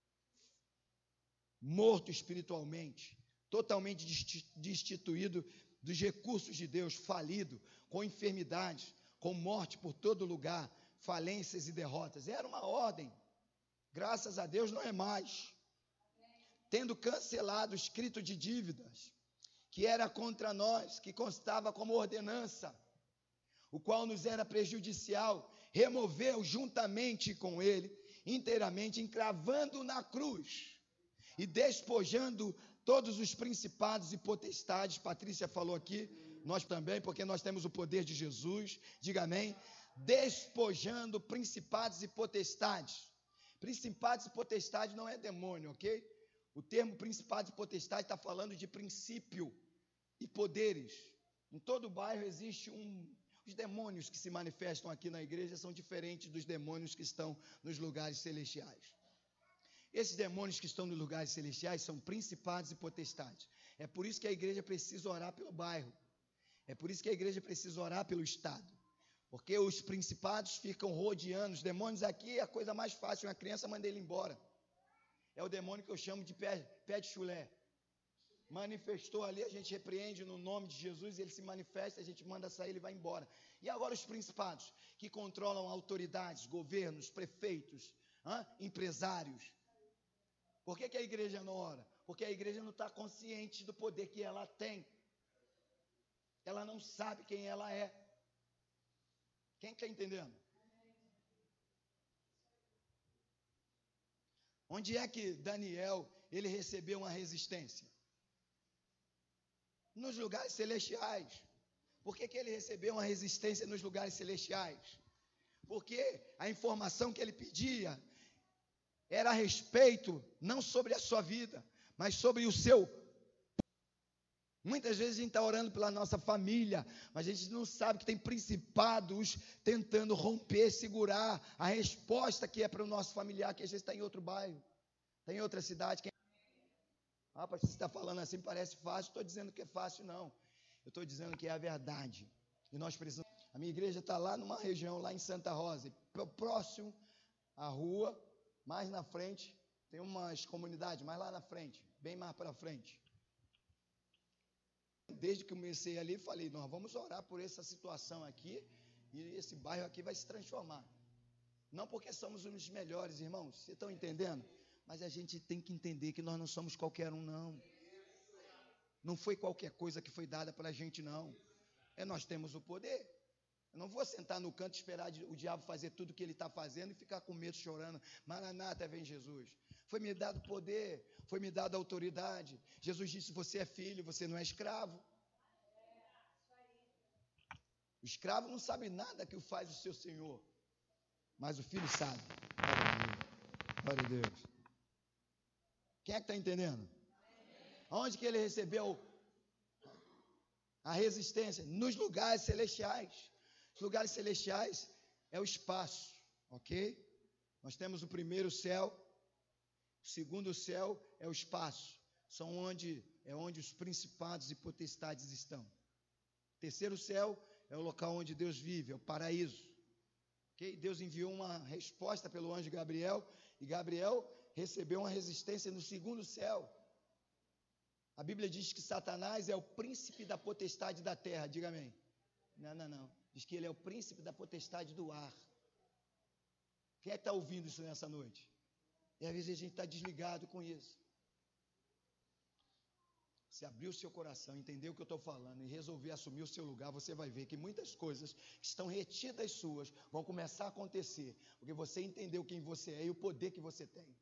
Morto espiritualmente. Totalmente destituído dos recursos de Deus. Falido. Com enfermidades. Com morte por todo lugar. Falências e derrotas. Era uma ordem. Graças a Deus não é mais. Tendo cancelado o escrito de dívidas, que era contra nós, que constava como ordenança, o qual nos era prejudicial, removeu juntamente com ele, inteiramente, encravando na cruz, e despojando todos os principados e potestades. Patrícia falou aqui, nós também, porque nós temos o poder de Jesus, diga amém, despojando principados e potestades. Principados e potestades não é demônio, ok? O termo principado e potestade está falando de princípio e poderes. Em todo o bairro existe um... Os demônios que se manifestam aqui na igreja são diferentes dos demônios que estão nos lugares celestiais. Esses demônios que estão nos lugares celestiais são principados e potestades. É por isso que a igreja precisa orar pelo bairro. É por isso que a igreja precisa orar pelo estado. Porque os principados ficam rodeando. Os demônios aqui é a coisa mais fácil. Uma criança manda ele embora. É o demônio que eu chamo de pé, pé de chulé. Manifestou ali, a gente repreende no nome de Jesus, ele se manifesta, a gente manda sair, ele vai embora. E agora os principados, que controlam autoridades, governos, prefeitos, hein, empresários. Por que que a igreja não ora? Porque a igreja não está consciente do poder que ela tem. Ela não sabe quem ela é. Quem está entendendo? Onde é que Daniel, ele recebeu uma resistência? Nos lugares celestiais. Por que que ele recebeu uma resistência nos lugares celestiais? Porque a informação que ele pedia era a respeito, não sobre a sua vida, mas sobre o seu. Muitas vezes a gente está orando pela nossa família, mas a gente não sabe que tem principados tentando romper, segurar a resposta que é para o nosso familiar, que às vezes está em outro bairro, está em outra cidade. Quem... Ah, pastor, você está falando assim, parece fácil. Estou dizendo que é fácil, não. Eu estou dizendo que é a verdade. E nós precisamos. A minha igreja está lá numa região, lá em Santa Rosa, próximo à rua, mais na frente, tem umas comunidades, mais lá na frente, bem mais para frente. Desde que comecei ali, falei, nós vamos orar por essa situação aqui, e esse bairro aqui vai se transformar. Não porque somos os melhores, irmãos, vocês estão entendendo? Mas a gente tem que entender que nós não somos qualquer um, não. Não foi qualquer coisa que foi dada para a gente, não. É, nós temos o poder. Eu não vou sentar no canto e esperar o diabo fazer tudo o que ele está fazendo e ficar com medo, chorando. Maranata, vem Jesus. Foi me dado poder, foi me dada autoridade. Jesus disse, você é filho, você não é escravo. O escravo não sabe nada que o faz o seu senhor, mas o filho sabe. Glória a Deus. Quem é que está entendendo? Onde que ele recebeu a resistência? Nos lugares celestiais. Os lugares celestiais é o espaço, ok? Nós temos o primeiro céu, o segundo céu é o espaço. São onde, é onde os principados e potestades estão. O terceiro céu é o local onde Deus vive, é o paraíso. Okay? Deus enviou uma resposta pelo anjo Gabriel, e Gabriel recebeu uma resistência no segundo céu. A Bíblia diz que Satanás é o príncipe da potestade da terra, diga amém. Não, não, não. Diz que ele é o príncipe da potestade do ar. Quem é que está ouvindo isso nessa noite? E às vezes a gente está desligado com isso. Se abrir o seu coração, entender o que eu estou falando e resolver assumir o seu lugar, você vai ver que muitas coisas que estão retidas suas vão começar a acontecer, porque você entendeu quem você é e o poder que você tem.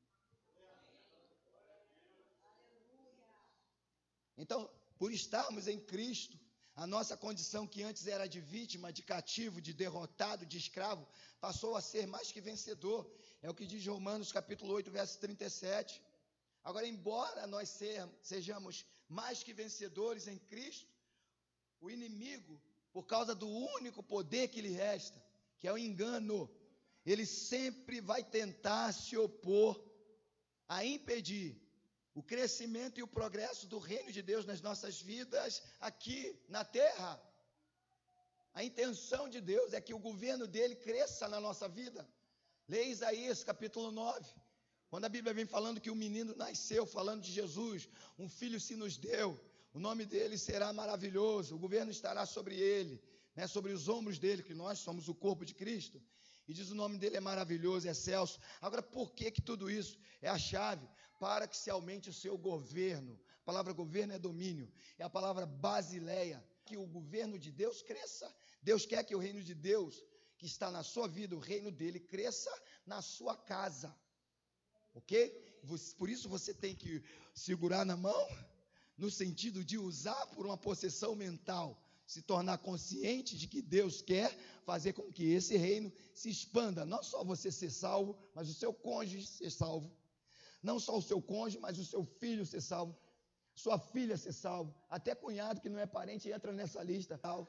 Então, por estarmos em Cristo, a nossa condição que antes era de vítima, de cativo, de derrotado, de escravo, passou a ser mais que vencedor. É o que diz Romanos capítulo oito, verso trinta e sete. Agora, embora nós sejamos mais que vencedores em Cristo, o inimigo, por causa do único poder que lhe resta, que é o engano, ele sempre vai tentar se opor a impedir o crescimento e o progresso do reino de Deus nas nossas vidas aqui na terra. A intenção de Deus é que o governo dele cresça na nossa vida. Leia Isaías capítulo nove. Quando a Bíblia vem falando que o menino nasceu, falando de Jesus, um filho se nos deu, o nome dele será maravilhoso, o governo estará sobre ele, né, sobre os ombros dele, que nós somos o corpo de Cristo, e diz o nome dele é maravilhoso, é excelso. Agora, por que que tudo isso é a chave? Para que se aumente o seu governo. A palavra governo é domínio, é a palavra basileia, que o governo de Deus cresça. Deus quer que o reino de Deus, que está na sua vida, o reino dele cresça na sua casa. Ok? Por isso você tem que segurar na mão, no sentido de usar por uma possessão mental, se tornar consciente de que Deus quer fazer com que esse reino se expanda. Não só você ser salvo, mas o seu cônjuge ser salvo. Não só o seu cônjuge, mas o seu filho ser salvo. Sua filha ser salvo. Até cunhado que não é parente entra nessa lista. Estou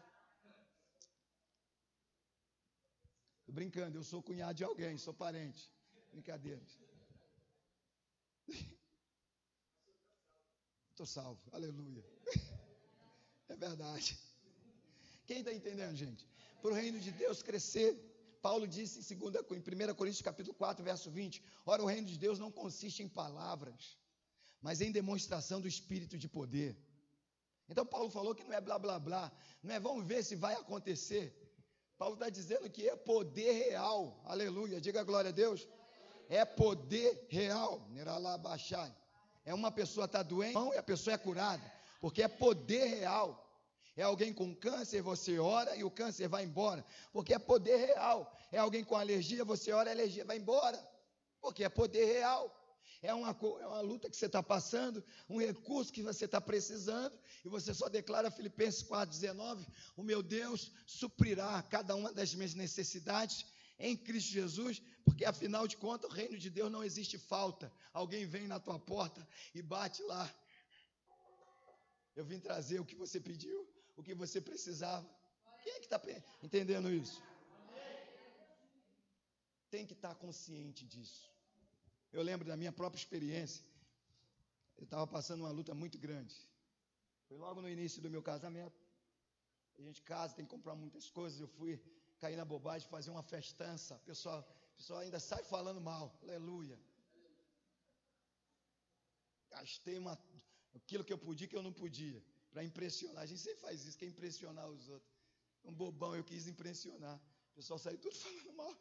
brincando, eu sou cunhado de alguém, sou parente. Brincadeira. Estou salvo, aleluia. É verdade. Quem está entendendo, gente? Para o reino de Deus crescer, Paulo disse em, segunda, em primeira Coríntios capítulo quatro, verso vinte, ora, o reino de Deus não consiste em palavras, mas em demonstração do Espírito de poder. Então Paulo falou que não é blá blá blá, não é vamos ver se vai acontecer. Paulo está dizendo que é poder real, aleluia, diga glória a Deus. É poder real, é uma pessoa está doente e a pessoa é curada, porque é poder real. É alguém com câncer, você ora e o câncer vai embora, porque é poder real. É alguém com alergia, você ora e a alergia vai embora, porque é poder real. É uma, é uma luta que você está passando, um recurso que você está precisando, e você só declara Filipenses quatro, dezenove, o meu Deus suprirá cada uma das minhas necessidades em Cristo Jesus, porque afinal de contas o reino de Deus não existe falta. Alguém vem na tua porta e bate lá. Eu vim trazer o que você pediu, o que você precisava. Quem é que está entendendo isso? Tem que estar consciente disso. Eu lembro da minha própria experiência. Eu estava passando uma luta muito grande. Foi logo no início do meu casamento. A gente casa, tem que comprar muitas coisas. Eu fui cair na bobagem, fazer uma festança. O pessoal, o pessoal ainda sai falando mal. Aleluia. Gastei uma, aquilo que eu podia, que eu não podia, para impressionar. A gente sempre faz isso, quer impressionar os outros. Um bobão, eu quis impressionar. O pessoal saiu tudo falando mal.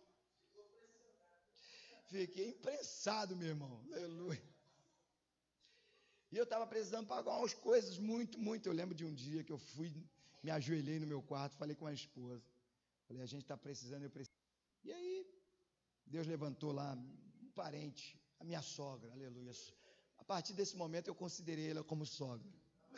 Fiquei imprensado, meu irmão. Aleluia. E eu estava precisando pagar umas coisas muito, muito. Eu lembro de um dia que eu fui, me ajoelhei no meu quarto, falei com a esposa. Falei, a gente está precisando, eu preciso. E aí, Deus levantou lá um parente, a minha sogra, aleluia. A partir desse momento eu considerei ela como sogra.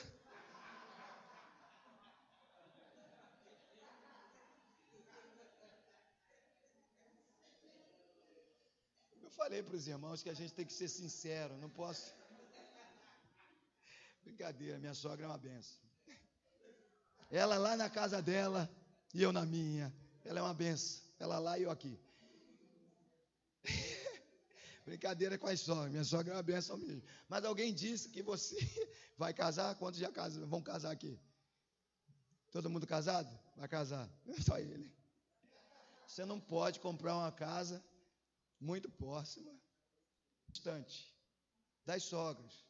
Eu falei para os irmãos que a gente tem que ser sincero, não posso... Brincadeira, minha sogra é uma benção. Ela lá na casa dela e eu na minha. Ela é uma benção. Ela lá e eu aqui. Brincadeira com as sogras. Minha sogra é uma benção mesmo. Mas alguém disse que você vai casar? Quantos já casam? Vão casar aqui? Todo mundo casado? Vai casar. Só ele. Você não pode comprar uma casa muito próxima, distante das sogras.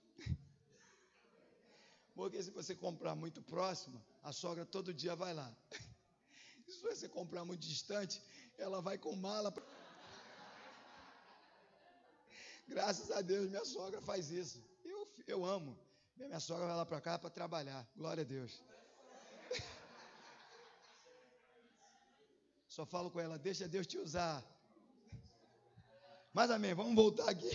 Porque se você comprar muito próximo, a sogra todo dia vai lá. Se você comprar muito distante, ela vai com mala. Pra... Graças a Deus, minha sogra faz isso. Eu, eu amo. Minha sogra vai lá para cá para trabalhar. Glória a Deus. Só falo com ela, deixa Deus te usar. Mas amém, vamos voltar aqui.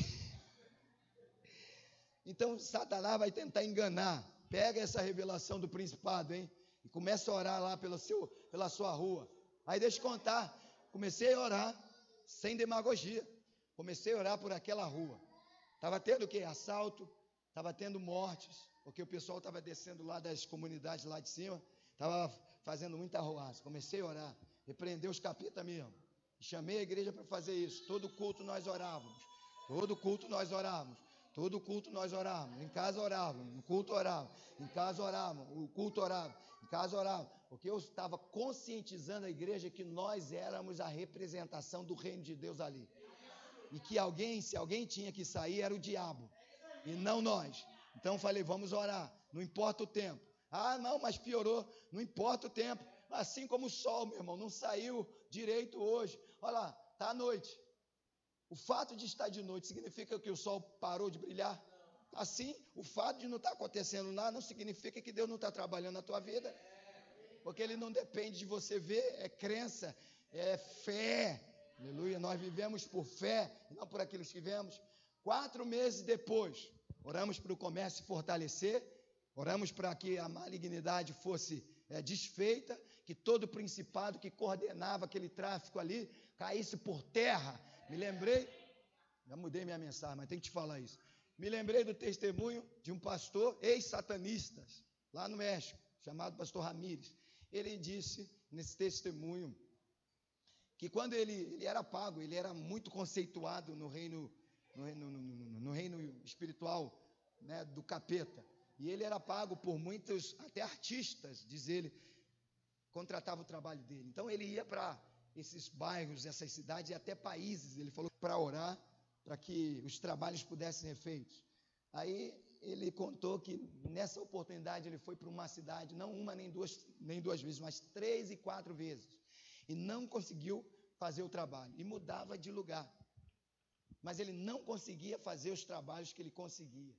Então, Satanás vai tentar enganar. Pega essa revelação do principado, hein? E começa a orar lá pelo seu, pela sua rua. Aí deixa eu contar. Comecei a orar sem demagogia. Comecei a orar por aquela rua. Estava tendo o quê? Assalto. Estava tendo mortes. Porque o pessoal estava descendo lá das comunidades lá de cima. Estava fazendo muita arruaça. Comecei a orar. Repreender os capetas mesmo. Chamei a igreja para fazer isso. Todo culto nós orávamos. Todo culto nós orávamos. Todo culto nós orávamos, em casa orávamos, no culto orávamos, em casa orávamos, o culto orava, em casa orávamos, porque eu estava conscientizando a igreja que nós éramos a representação do reino de Deus ali, e que alguém, se alguém tinha que sair, era o diabo, e não nós. Então falei, vamos orar, não importa o tempo. Ah não, mas piorou, não importa o tempo, assim como o sol, meu irmão, não saiu direito hoje, olha lá, está à noite. O fato de estar de noite significa que o sol parou de brilhar? Assim, o fato de não estar acontecendo nada não significa que Deus não está trabalhando na tua vida. Porque Ele não depende de você ver, é crença, é fé. Aleluia, nós vivemos por fé, não por aquilo que vemos. Quatro meses depois, oramos para o comércio se fortalecer, oramos para que a malignidade fosse é, desfeita, que todo principado que coordenava aquele tráfico ali caísse por terra. Me lembrei, já mudei minha mensagem, mas tem que te falar isso. Me lembrei do testemunho de um pastor ex-satanista, lá no México, chamado pastor Ramírez. Ele disse, nesse testemunho, que quando ele, ele era pago, ele era muito conceituado no reino, no reino, no, no, no reino espiritual, né, do capeta. E ele era pago por muitos, até artistas, diz ele, contratava o trabalho dele. Então ele ia para esses bairros, essas cidades e até países, ele falou, para orar, para que os trabalhos pudessem ser feitos. Aí ele contou que nessa oportunidade ele foi para uma cidade, não uma nem duas, nem duas vezes, mas três e quatro vezes, e não conseguiu fazer o trabalho, e mudava de lugar, mas ele não conseguia fazer os trabalhos que ele conseguia,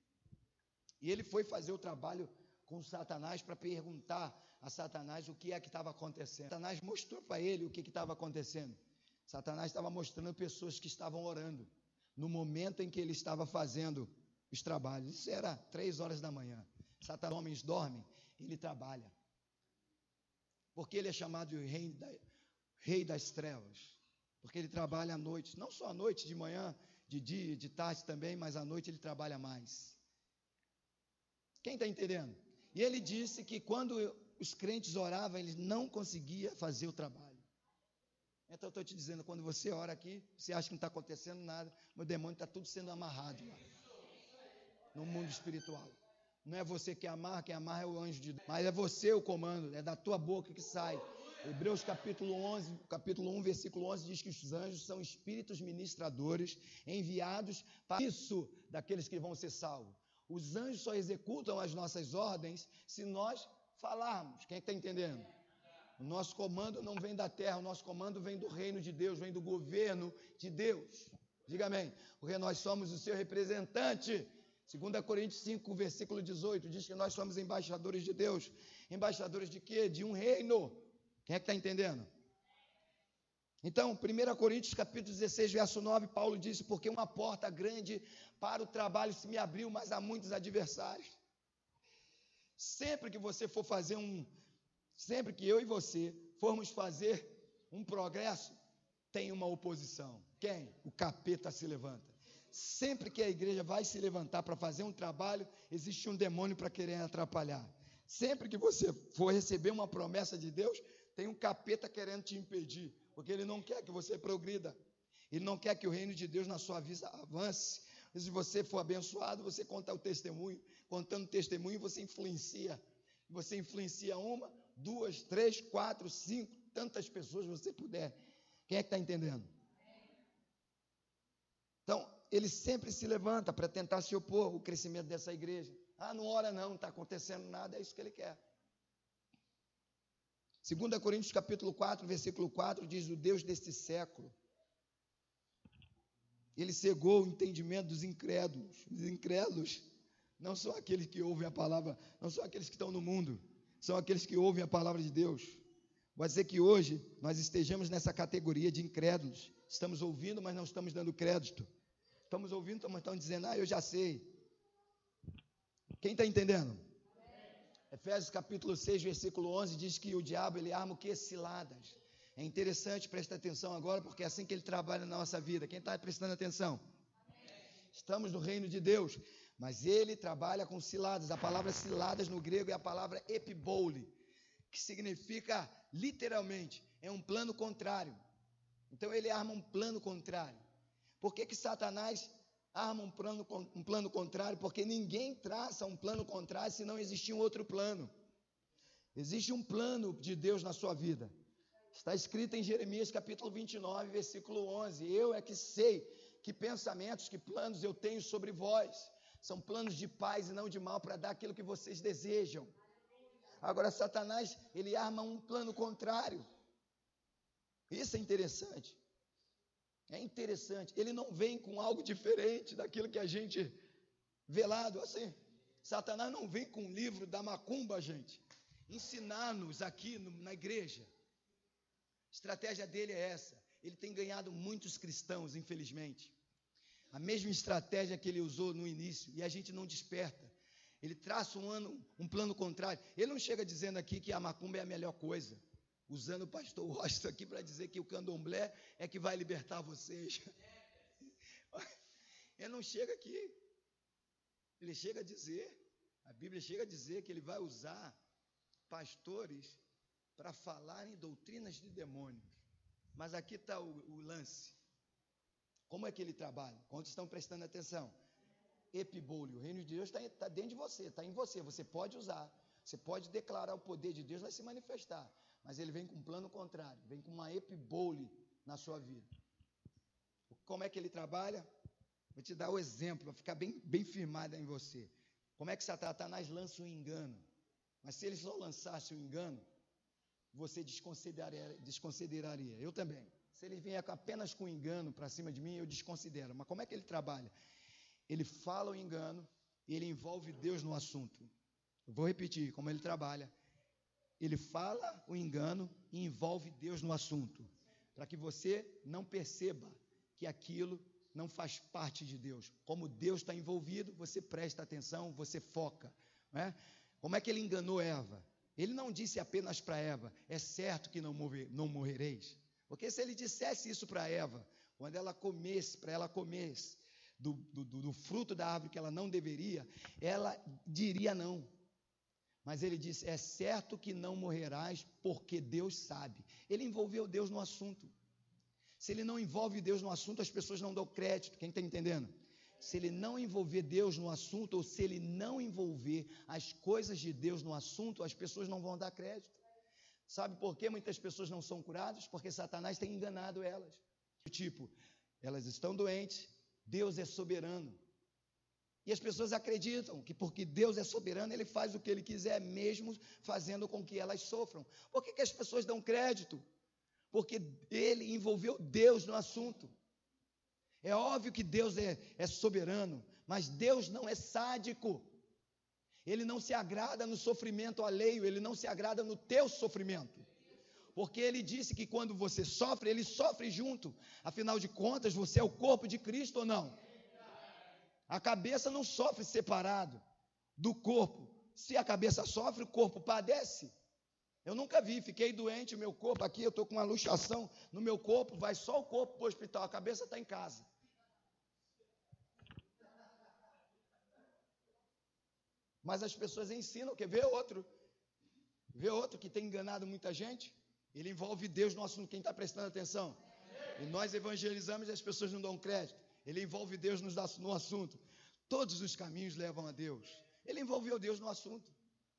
e ele foi fazer o trabalho com Satanás para perguntar a Satanás o que é que estava acontecendo. Satanás mostrou para ele o que estava acontecendo. Satanás estava mostrando pessoas que estavam orando no momento em que ele estava fazendo os trabalhos. Isso era três horas da manhã. Satanás, homens dormem, ele trabalha. Porque ele é chamado de rei, da, rei das trevas. Porque ele trabalha à noite, não só à noite, de manhã, de dia, de tarde também, mas à noite ele trabalha mais. Quem está entendendo? E ele disse que quando os crentes oravam, eles não conseguiam fazer o trabalho. Então eu estou te dizendo, quando você ora aqui, você acha que não está acontecendo nada, mas o demônio está tudo sendo amarrado lá, no mundo espiritual. Não é você que amarra, quem amarra é o anjo de Deus, mas é você o comando, é da tua boca que sai. Hebreus capítulo onze, capítulo um, versículo onze, diz que os anjos são espíritos ministradores enviados para isso daqueles que vão ser salvos. Os anjos só executam as nossas ordens se nós falarmos. Quem está entendendo? O nosso comando não vem da terra, o nosso comando vem do reino de Deus, vem do governo de Deus. Diga amém. Porque nós somos o seu representante. Segunda Coríntios cinco, versículo dezoito, diz que nós somos embaixadores de Deus. Embaixadores de quê? De um reino. Quem é que está entendendo? Então, primeira Coríntios capítulo dezesseis, verso nove, Paulo disse, porque uma porta grande para o trabalho se me abriu, mas há muitos adversários. Sempre que você for fazer um, sempre que eu e você formos fazer um progresso, tem uma oposição. Quem? O capeta se levanta. Sempre que a igreja vai se levantar para fazer um trabalho, existe um demônio para querer atrapalhar. Sempre que você for receber uma promessa de Deus, tem um capeta querendo te impedir, porque ele não quer que você progrida. Ele não quer que o reino de Deus na sua vida avance. E se você for abençoado, você conta o testemunho. Contando o testemunho, você influencia. Você influencia uma, duas, três, quatro, cinco, tantas pessoas você puder. Quem é que está entendendo? Então, ele sempre se levanta para tentar se opor ao crescimento dessa igreja. Ah, não ora não, não está acontecendo nada, é isso que ele quer. Segunda Coríntios capítulo quatro, versículo quatro, diz, o Deus deste século, ele cegou o entendimento dos incrédulos. Os incrédulos não são aqueles que ouvem a palavra, não são aqueles que estão no mundo, são aqueles que ouvem a palavra de Deus. Pode ser que hoje nós estejamos nessa categoria de incrédulos. Estamos ouvindo, mas não estamos dando crédito. Estamos ouvindo, mas estamos dizendo, ah, eu já sei. Quem está entendendo? Efésios capítulo seis, versículo onze, diz que o diabo, ele arma o quê? Ciladas. É interessante, presta atenção agora, porque é assim que ele trabalha na nossa vida. Quem está prestando atenção? Estamos no reino de Deus, mas ele trabalha com ciladas. A palavra ciladas no grego é a palavra epiboule, que significa, literalmente, é um plano contrário. Então ele arma um plano contrário. Por que que Satanás arma um plano, um plano contrário? Porque ninguém traça um plano contrário se não existir um outro plano. Existe um plano de Deus na sua vida. Está escrito em Jeremias capítulo vinte e nove, versículo onze. Eu é que sei que pensamentos, que planos eu tenho sobre vós. São planos de paz e não de mal, para dar aquilo que vocês desejam. Agora Satanás, ele arma um plano contrário. Isso é interessante. É interessante, ele não vem com algo diferente daquilo que a gente vê lá, assim. Satanás não vem com um livro da macumba, gente, ensinar-nos aqui no, na igreja. A estratégia dele é essa. Ele tem ganhado muitos cristãos, infelizmente. A mesma estratégia que ele usou no início, e a gente não desperta. Ele traça um, ano, um plano contrário. Ele não chega dizendo aqui que a macumba é a melhor coisa, usando o pastor Washington aqui para dizer que o candomblé é que vai libertar vocês. Ele não chega aqui. Ele chega a dizer, a Bíblia chega a dizer que ele vai usar pastores para falarem doutrinas de demônios. Mas aqui está o, o lance. Como é que ele trabalha? Quantos estão prestando atenção? Epiboule, o reino de Deus está tá dentro de você, está em você. Você pode usar, você pode declarar o poder de Deus, vai se manifestar. Mas ele vem com um plano contrário, vem com uma epiboule na sua vida. Como é que ele trabalha? Vou te dar o exemplo, para ficar bem, bem firmado em você. Como é que Satanás lança um engano? Mas se ele só lançasse o um engano, você desconsideraria, desconsideraria. Eu também. Se ele vier apenas com engano para cima de mim, eu desconsidero. Mas como é que ele trabalha? Ele fala o engano e ele envolve Deus no assunto. Eu vou repetir como ele trabalha. Ele fala o engano e envolve Deus no assunto, para que você não perceba que aquilo não faz parte de Deus. Como Deus está envolvido, você presta atenção, você foca. Não é? Como é que ele enganou Eva? Ele não disse apenas para Eva, é certo que não, morrer, não morrereis. Porque se ele dissesse isso para Eva, quando ela comesse, para ela comesse do, do, do fruto da árvore que ela não deveria, ela diria não. Mas ele disse, é certo que não morrerás, porque Deus sabe. Ele envolveu Deus no assunto. Se ele não envolve Deus no assunto, as pessoas não dão crédito. Quem está entendendo? Se ele não envolver Deus no assunto, ou se ele não envolver as coisas de Deus no assunto, as pessoas não vão dar crédito. Sabe por que muitas pessoas não são curadas? Porque Satanás tem enganado elas. Tipo, elas estão doentes, Deus é soberano. E as pessoas acreditam que porque Deus é soberano, Ele faz o que Ele quiser, mesmo fazendo com que elas sofram. Por que que as pessoas dão crédito? Porque Ele envolveu Deus no assunto. É óbvio que Deus é, é soberano, mas Deus não é sádico. Ele não se agrada no sofrimento alheio, Ele não se agrada no teu sofrimento. Porque Ele disse que quando você sofre, Ele sofre junto. Afinal de contas, você é o corpo de Cristo ou não? A cabeça não sofre separado do corpo. Se a cabeça sofre, o corpo padece. Eu nunca vi, fiquei doente, o meu corpo aqui, eu estou com uma luxação no meu corpo, vai só o corpo para o hospital, a cabeça está em casa. Mas as pessoas ensinam, quer ver outro? Vê outro que tem enganado muita gente? Ele envolve Deus no assunto, quem está prestando atenção? E nós evangelizamos e as pessoas não dão crédito. Ele envolve Deus no assunto. Todos os caminhos levam a Deus. Ele envolveu Deus no assunto.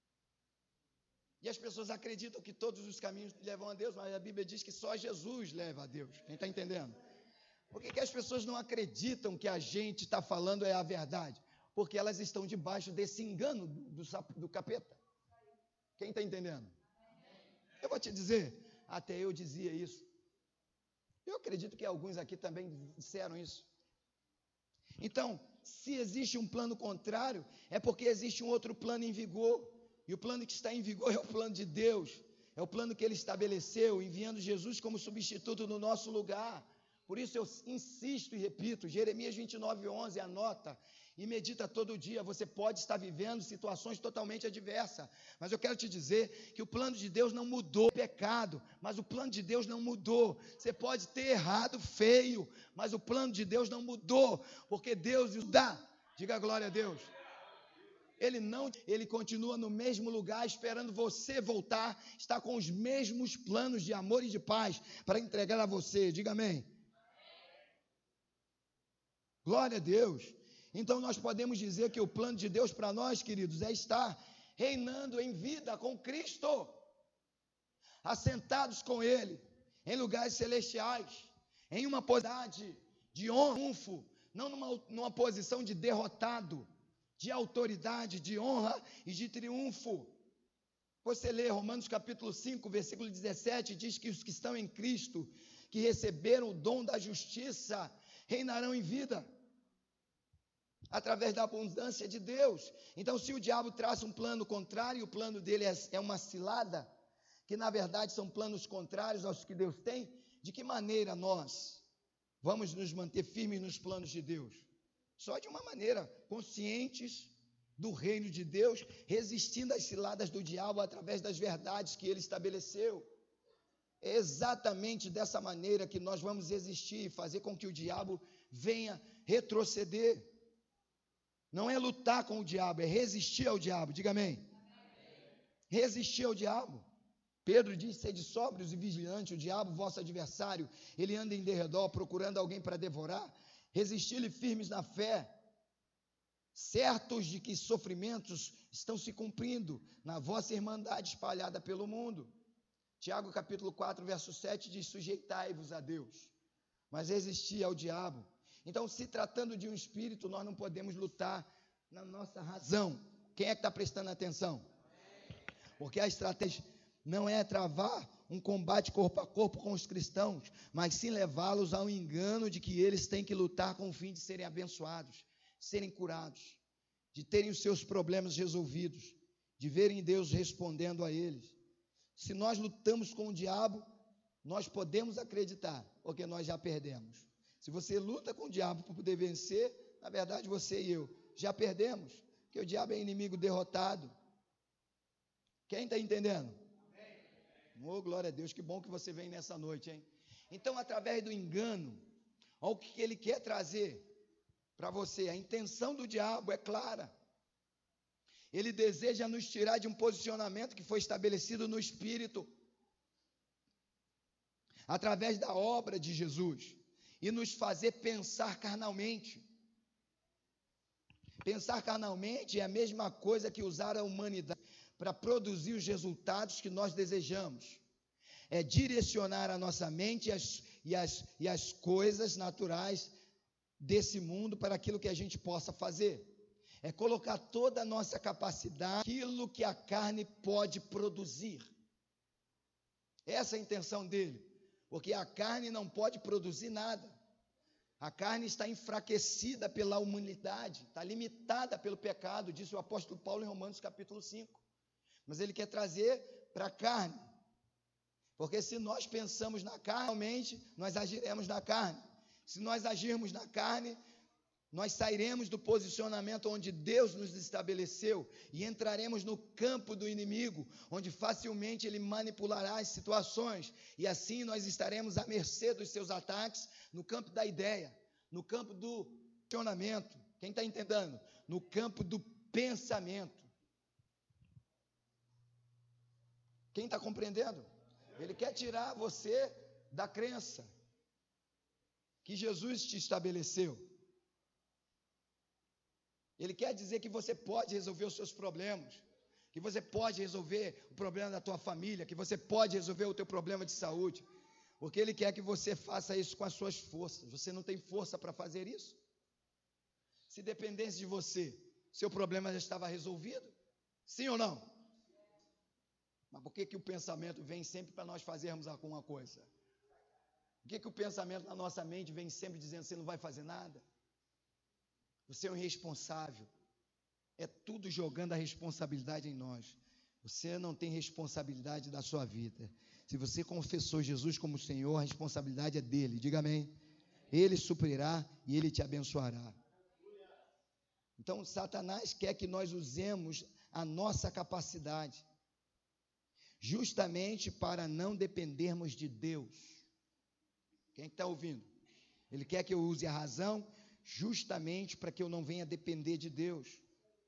E as pessoas acreditam que todos os caminhos levam a Deus, mas a Bíblia diz que só Jesus leva a Deus. Quem está entendendo? Por que que as pessoas não acreditam que a gente está falando é a verdade? Porque elas estão debaixo desse engano do, do, do capeta. Quem está entendendo? Eu vou te dizer, até eu dizia isso. Eu acredito que alguns aqui também disseram isso. Então, se existe um plano contrário, é porque existe um outro plano em vigor. E o plano que está em vigor é o plano de Deus. É o plano que Ele estabeleceu, enviando Jesus como substituto no nosso lugar. Por isso eu insisto e repito, Jeremias vinte e nove, onze, anota e medita todo dia. Você pode estar vivendo situações totalmente adversas, mas eu quero te dizer que o plano de Deus não mudou. Pecado, mas o plano de Deus não mudou. Você pode ter errado feio, mas o plano de Deus não mudou, porque Deus dá. Diga glória a Deus. Ele não, ele continua no mesmo lugar, esperando você voltar, está com os mesmos planos de amor e de paz para entregar a você. Diga amém. Glória a Deus. Então nós podemos dizer que o plano de Deus para nós, queridos, é estar reinando em vida com Cristo, assentados com Ele, em lugares celestiais, em uma posição de honra, triunfo, não numa, numa posição de derrotado, de autoridade, de honra e de triunfo. Você lê Romanos capítulo cinco, versículo dezessete, diz que os que estão em Cristo, que receberam o dom da justiça, reinarão em vida, através da abundância de Deus. Então, se o diabo traça um plano contrário, o plano dele é, é uma cilada, que na verdade são planos contrários aos que Deus tem, de que maneira nós vamos nos manter firmes nos planos de Deus? Só de uma maneira, conscientes do reino de Deus, resistindo às ciladas do diabo através das verdades que ele estabeleceu. É exatamente dessa maneira que nós vamos resistir e fazer com que o diabo venha retroceder. Não é lutar com o diabo, é resistir ao diabo. Diga amém. Amém. Resistir ao diabo. Pedro diz, sede sóbrios e vigilantes, o diabo, vosso adversário, ele anda em derredor, procurando alguém para devorar. Resistir-lhe firmes na fé, certos de que sofrimentos estão se cumprindo na vossa irmandade espalhada pelo mundo. Tiago capítulo quatro, verso sete diz, sujeitai-vos a Deus, mas resisti ao diabo. Então, se tratando de um espírito, nós não podemos lutar na nossa razão. Quem é que está prestando atenção? Porque a estratégia não é travar um combate corpo a corpo com os cristãos, mas sim levá-los ao engano de que eles têm que lutar com o fim de serem abençoados, serem curados, de terem os seus problemas resolvidos, de verem Deus respondendo a eles. Se nós lutamos com o diabo, nós podemos acreditar, porque nós já perdemos. Se você luta com o diabo para poder vencer, na verdade você e eu já perdemos, porque o diabo é inimigo derrotado. Quem está entendendo? Oh, glória a Deus, que bom que você vem nessa noite, hein? Então, através do engano, olha o que ele quer trazer para você. A intenção do diabo é clara. Ele deseja nos tirar de um posicionamento que foi estabelecido no Espírito, através da obra de Jesus, e nos fazer pensar carnalmente. Pensar carnalmente é a mesma coisa que usar a humanidade para produzir os resultados que nós desejamos. É direcionar a nossa mente e as, e as, e as coisas naturais desse mundo para aquilo que a gente possa fazer. É colocar toda a nossa capacidade, aquilo que a carne pode produzir. Essa é a intenção dele, porque a carne não pode produzir nada. A carne está enfraquecida pela humanidade, está limitada pelo pecado, disse o apóstolo Paulo em Romanos capítulo cinco. Mas ele quer trazer para a carne, porque se nós pensamos na carne, realmente nós agiremos na carne. Se nós agirmos na carne, nós sairemos do posicionamento onde Deus nos estabeleceu e entraremos no campo do inimigo, onde facilmente ele manipulará as situações, e assim nós estaremos à mercê dos seus ataques no campo da ideia, no campo do posicionamento. Quem está entendendo? No campo do pensamento. Quem está compreendendo? Ele quer tirar você da crença que Jesus te estabeleceu. Ele quer dizer que você pode resolver os seus problemas, que você pode resolver o problema da tua família, que você pode resolver o teu problema de saúde, porque Ele quer que você faça isso com as suas forças. Você não tem força para fazer isso? Se dependesse de você, seu problema já estava resolvido? Sim ou não? Mas por que que o pensamento vem sempre para nós fazermos alguma coisa? Por que que o pensamento na nossa mente vem sempre dizendo que você não vai fazer nada? Você é um irresponsável. É tudo jogando a responsabilidade em nós. Você não tem responsabilidade da sua vida. Se você confessou Jesus como Senhor, a responsabilidade é dele. Diga amém. Ele suprirá e ele te abençoará. Então, Satanás quer que nós usemos a nossa capacidade, justamente para não dependermos de Deus. Quem está ouvindo? Ele quer que eu use a razão, justamente para que eu não venha depender de Deus.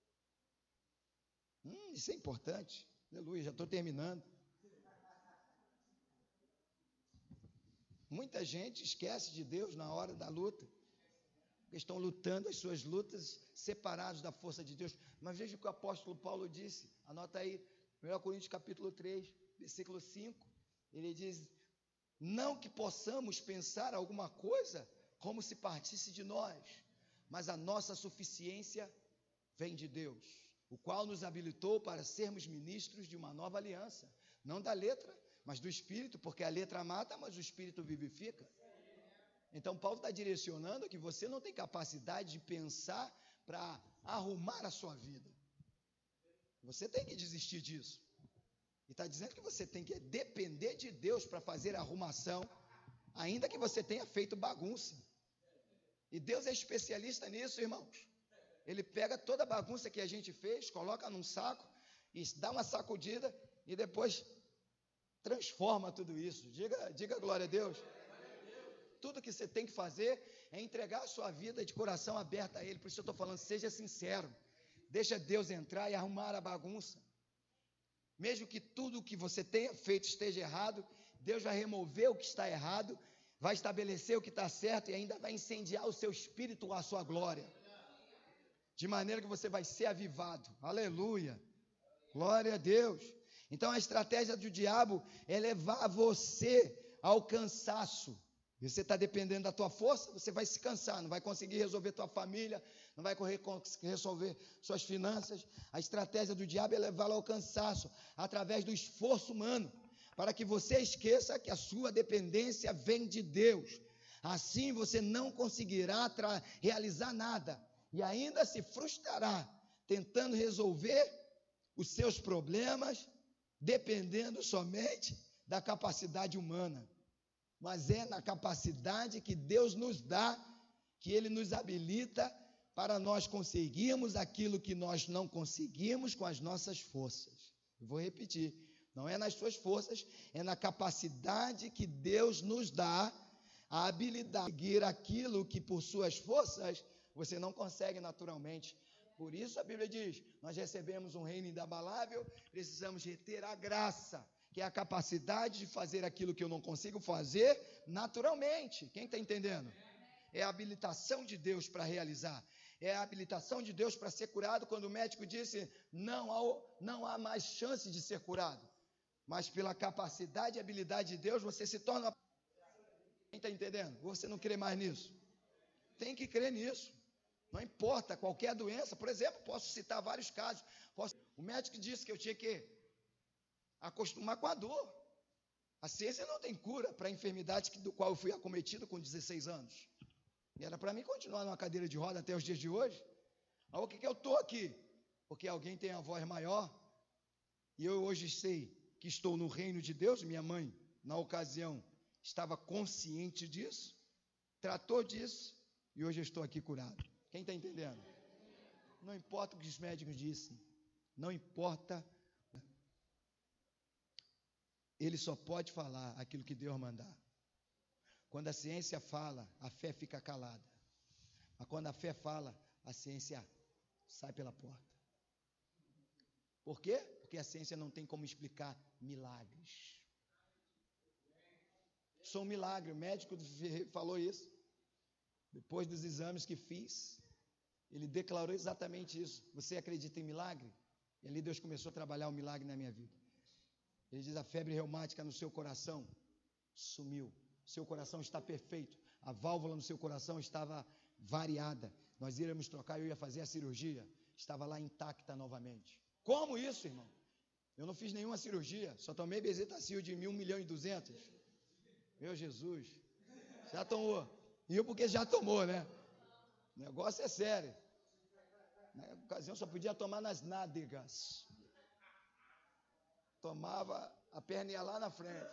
Hum, isso é importante. Aleluia, já estou terminando. Muita gente esquece de Deus na hora da luta, porque estão lutando as suas lutas separados da força de Deus. Mas veja o que o apóstolo Paulo disse, anota aí, primeira Coríntios capítulo três, versículo cinco, ele diz: não que possamos pensar alguma coisa como se partisse de nós, mas a nossa suficiência vem de Deus, o qual nos habilitou para sermos ministros de uma nova aliança, não da letra, mas do Espírito, porque a letra mata, mas o Espírito vivifica. Então Paulo está direcionando que você não tem capacidade de pensar para arrumar a sua vida. Você tem que desistir disso. E está dizendo que você tem que depender de Deus para fazer a arrumação, ainda que você tenha feito bagunça. E Deus é especialista nisso, irmãos. Ele pega toda a bagunça que a gente fez, coloca num saco e dá uma sacudida e depois transforma tudo isso. Diga, diga glória a Deus. Tudo que você tem que fazer é entregar a sua vida de coração aberto a Ele. Por isso eu estou falando, seja sincero. Deixa Deus entrar e arrumar a bagunça. Mesmo que tudo o que você tenha feito esteja errado, Deus vai remover o que está errado, vai estabelecer o que está certo e ainda vai incendiar o seu espírito à sua glória. De maneira que você vai ser avivado. Aleluia. Glória a Deus. Então a estratégia do diabo é levar você ao cansaço. E você está dependendo da tua força, você vai se cansar, não vai conseguir resolver tua família, não vai correr, resolver suas finanças. A estratégia do diabo é levá-lo ao cansaço, através do esforço humano, para que você esqueça que a sua dependência vem de Deus. Assim você não conseguirá tra- realizar nada, e ainda se frustrará, tentando resolver os seus problemas, dependendo somente da capacidade humana. Mas é na capacidade que Deus nos dá, que Ele nos habilita para nós conseguirmos aquilo que nós não conseguimos com as nossas forças. Eu vou repetir, não é nas suas forças, é na capacidade que Deus nos dá, a habilidade de conseguir aquilo que por suas forças você não consegue naturalmente. Por isso a Bíblia diz, nós recebemos um reino inabalável, precisamos reter a graça, que é a capacidade de fazer aquilo que eu não consigo fazer naturalmente. Quem está entendendo? É a habilitação de Deus para realizar. É a habilitação de Deus para ser curado, quando o médico disse, não há, não há mais chance de ser curado. Mas pela capacidade e habilidade de Deus, você se torna... Quem está entendendo? Você não crê mais nisso? Tem que crer nisso. Não importa qualquer doença. Por exemplo, posso citar vários casos. Posso... O médico disse que eu tinha que acostumar com a dor. A ciência não tem cura para a enfermidade do qual eu fui acometido com dezesseis anos. E era para mim continuar numa cadeira de roda até os dias de hoje. Aí o que, que eu estou aqui? Porque alguém tem a voz maior. E eu hoje sei que estou no reino de Deus. Minha mãe, na ocasião, estava consciente disso, tratou disso, e hoje eu estou aqui curado. Quem está entendendo? Não importa o que os médicos dissem, não importa, ele só pode falar aquilo que Deus mandar. Quando a ciência fala, a fé fica calada, mas quando a fé fala, a ciência sai pela porta. Por quê? Porque a ciência não tem como explicar milagres. Sou um milagre, o médico falou isso. Depois dos exames que fiz, ele declarou exatamente isso. Você acredita em milagre? E ali Deus começou a trabalhar o milagre na minha vida. Ele diz, a febre reumática no seu coração sumiu. Seu coração está perfeito. A válvula no seu coração estava variada. Nós íamos trocar, eu ia fazer a cirurgia. Estava lá intacta novamente. Como isso, irmão? Eu não fiz nenhuma cirurgia. Só tomei bezetacil de mil, um milhão e duzentos. Meu Jesus. Já tomou. E eu porque já tomou, né? O negócio é sério. Na ocasião só podia tomar nas nádegas. Tomava, a perna ia lá na frente.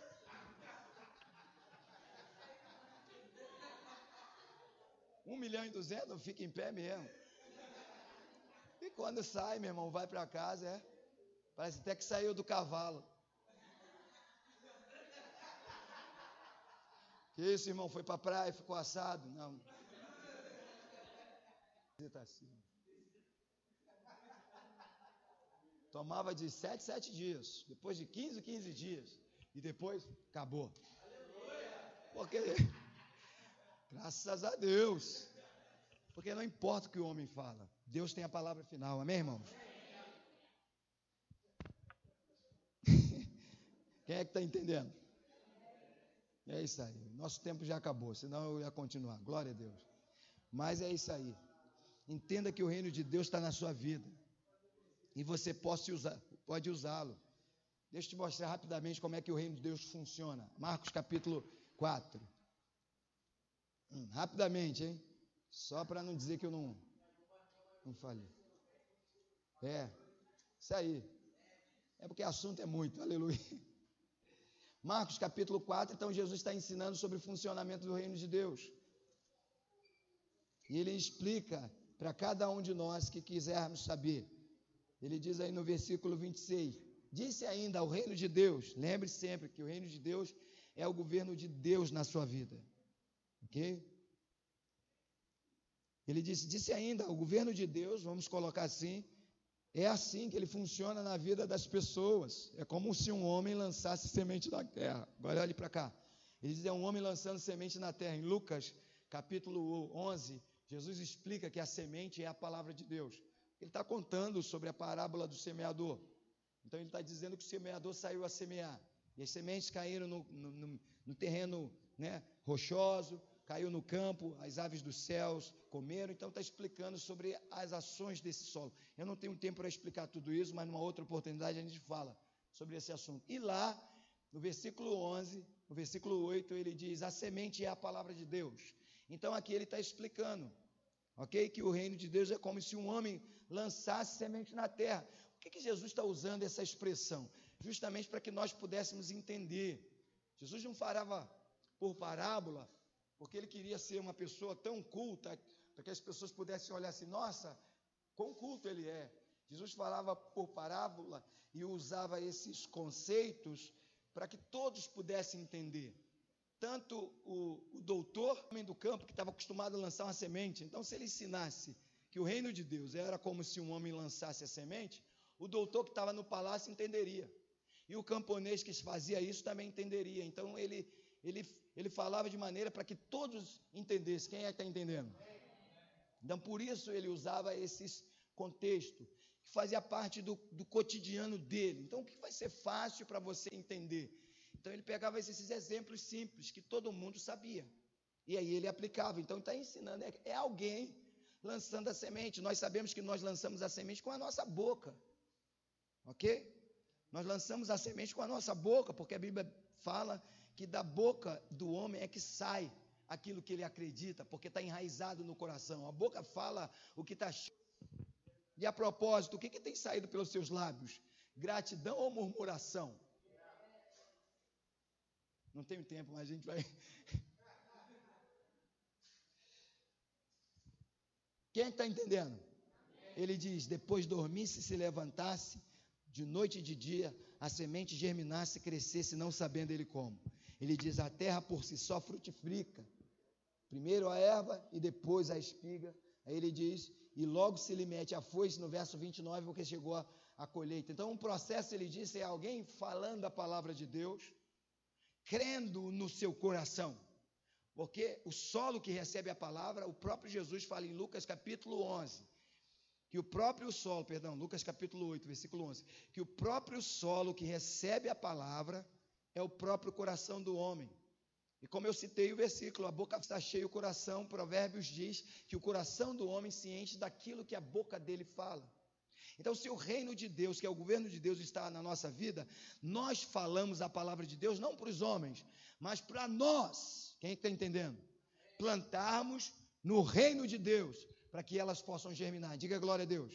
Um milhão e duzentos, eu fico em pé mesmo. E quando sai, meu irmão, vai para casa, é? Parece até que saiu do cavalo. Que isso, irmão, foi para a praia, ficou assado? Não. Tomava de sete, sete dias. Depois de quinze, quinze dias. E depois, acabou. Porque, graças a Deus. Porque não importa o que o homem fala. Deus tem a palavra final. Amém, irmãos? Quem é que está entendendo? É isso aí. Nosso tempo já acabou, senão eu ia continuar. Glória a Deus. Mas é isso aí. Entenda que o reino de Deus está na sua vida. E você pode, usar, pode usá-lo. Deixa eu te mostrar rapidamente como é que o reino de Deus funciona. Marcos capítulo quatro. Hum, rapidamente, hein? Só para não dizer que eu não, não falei. É, isso aí. É porque assunto é muito, aleluia. Marcos capítulo quatro, então Jesus está ensinando sobre o funcionamento do reino de Deus. E ele explica para cada um de nós que quisermos saber. Ele diz aí no versículo vinte e seis, disse ainda ao reino de Deus, lembre sempre que o reino de Deus é o governo de Deus na sua vida. Ok? Ele disse, disse ainda, o governo de Deus, vamos colocar assim, é assim que ele funciona na vida das pessoas. É como se um homem lançasse semente na terra. Agora olhe para cá. Ele diz, é um homem lançando semente na terra. Em Lucas, capítulo onze, Jesus explica que a semente é a palavra de Deus. Ele está contando sobre a parábola do semeador. Então ele está dizendo que o semeador saiu a semear. E as sementes caíram no, no, no terreno, né, rochoso, caiu no campo, as aves dos céus comeram. Então está explicando sobre as ações desse solo. Eu não tenho tempo para explicar tudo isso, mas numa outra oportunidade a gente fala sobre esse assunto. E lá, no versículo onze, no versículo oito, ele diz, a semente é a palavra de Deus. Então aqui ele está explicando, ok? Que o reino de Deus é como se um homem lançasse semente na terra. Por que, que Jesus está usando essa expressão? Justamente para que nós pudéssemos entender. Jesus não falava por parábola, porque ele queria ser uma pessoa tão culta, para que as pessoas pudessem olhar assim, nossa, quão culto ele é. Jesus falava por parábola e usava esses conceitos para que todos pudessem entender. Tanto o, o doutor, homem do campo, que estava acostumado a lançar uma semente, então se ele ensinasse que o reino de Deus era como se um homem lançasse a semente, o doutor que estava no palácio entenderia. E o camponês que fazia isso também entenderia. Então, ele, ele, ele falava de maneira para que todos entendessem. Quem é que está entendendo? Então, por isso ele usava esses contextos, que fazia parte do, do cotidiano dele. Então, o que vai ser fácil para você entender? Então, ele pegava esses exemplos simples, que todo mundo sabia. E aí ele aplicava. Então, está ensinando. É, é alguém lançando a semente. Nós sabemos que nós lançamos a semente com a nossa boca. Ok? Nós lançamos a semente com a nossa boca, porque a Bíblia fala que da boca do homem é que sai aquilo que ele acredita, porque está enraizado no coração. A boca fala o que está cheio. E a propósito, o que, que tem saído pelos seus lábios? Gratidão ou murmuração? Não tenho tempo, mas a gente vai... Quem está entendendo? Ele diz, depois dormisse e se levantasse, de noite e de dia, a semente germinasse e crescesse, não sabendo ele como. Ele diz, a terra por si só frutifica. Primeiro a erva e depois a espiga. Aí ele diz, e logo se lhe mete a foice, no verso vinte e nove, porque chegou a, a colheita. Então, um processo, ele disse, é alguém falando a palavra de Deus, crendo no seu coração. Porque o solo que recebe a palavra, o próprio Jesus fala em Lucas capítulo onze, que o próprio solo, perdão, Lucas capítulo oito, versículo onze, que o próprio solo que recebe a palavra é o próprio coração do homem. E como eu citei o versículo, a boca está cheia, o coração, Provérbios diz que o coração do homem se enche daquilo que a boca dele fala. Então, se o reino de Deus, que é o governo de Deus, está na nossa vida, nós falamos a palavra de Deus não para os homens, mas para nós, quem está entendendo? Plantarmos no reino de Deus, para que elas possam germinar. Diga glória a Deus.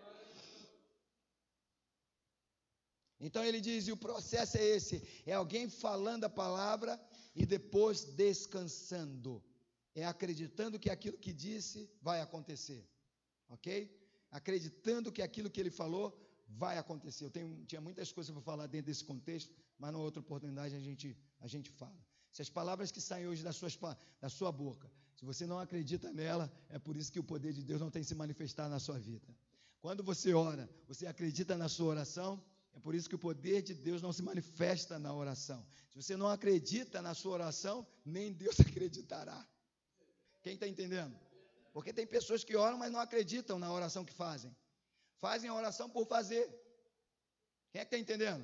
Então ele diz, e o processo é esse, é alguém falando a palavra e depois descansando. É acreditando que aquilo que disse vai acontecer. Ok? Acreditando que aquilo que ele falou vai acontecer. Eu tenho, tinha muitas coisas para falar dentro desse contexto, mas numa outra oportunidade a gente, a gente fala. Se as palavras que saem hoje da sua, da sua boca, se você não acredita nela, é por isso que o poder de Deus não tem se manifestado na sua vida. Quando você ora, você acredita na sua oração, é por isso que o poder de Deus não se manifesta na oração. Se você não acredita na sua oração, nem Deus acreditará. Quem está entendendo? Porque tem pessoas que oram, mas não acreditam na oração que fazem. Fazem a oração por fazer. Quem é que está entendendo?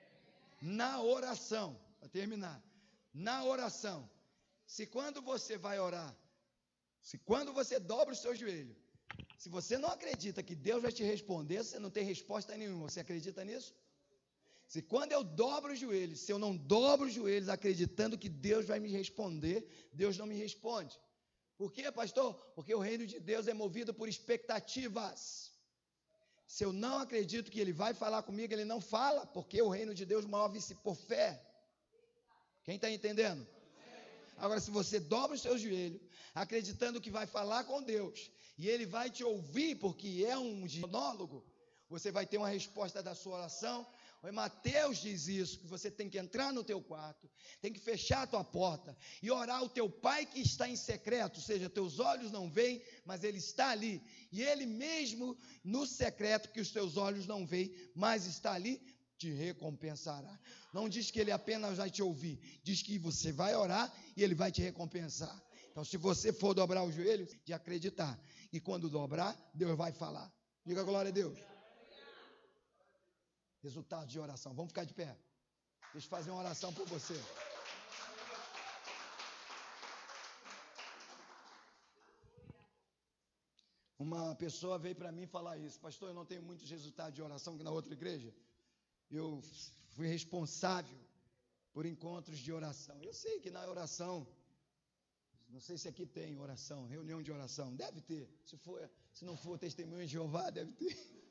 Na oração, para terminar, na oração, se quando você vai orar, se quando você dobra o seu joelho, se você não acredita que Deus vai te responder, você não tem resposta nenhuma. Você acredita nisso? Se quando eu dobro os joelhos, se eu não dobro os joelhos acreditando que Deus vai me responder, Deus não me responde. Por quê, pastor? Porque o reino de Deus é movido por expectativas. Se eu não acredito que Ele vai falar comigo, Ele não fala, porque o reino de Deus move-se por fé. Quem está entendendo? Agora, se você dobra o seu joelho, acreditando que vai falar com Deus, e Ele vai te ouvir, porque é um monólogo, você vai ter uma resposta da sua oração. O Mateus diz isso, que você tem que entrar no teu quarto, tem que fechar a tua porta e orar ao teu Pai que está em secreto, ou seja, teus olhos não veem, mas Ele está ali. E Ele mesmo no secreto, que os teus olhos não veem, mas está ali, te recompensará. Não diz que Ele apenas vai te ouvir, diz que você vai orar e Ele vai te recompensar. Então, se você for dobrar os joelhos, de acreditar, e quando dobrar, Deus vai falar. Diga glória a Deus. Resultado de oração. Vamos ficar de pé. Deixa eu fazer uma oração por você. Uma pessoa veio para mim falar isso. Pastor, eu não tenho muitos resultados de oração que na outra igreja. Eu fui responsável por encontros de oração. Eu sei que na oração, não sei se aqui tem oração, reunião de oração. Deve ter. Se for, se não for testemunho de Jeová, deve ter.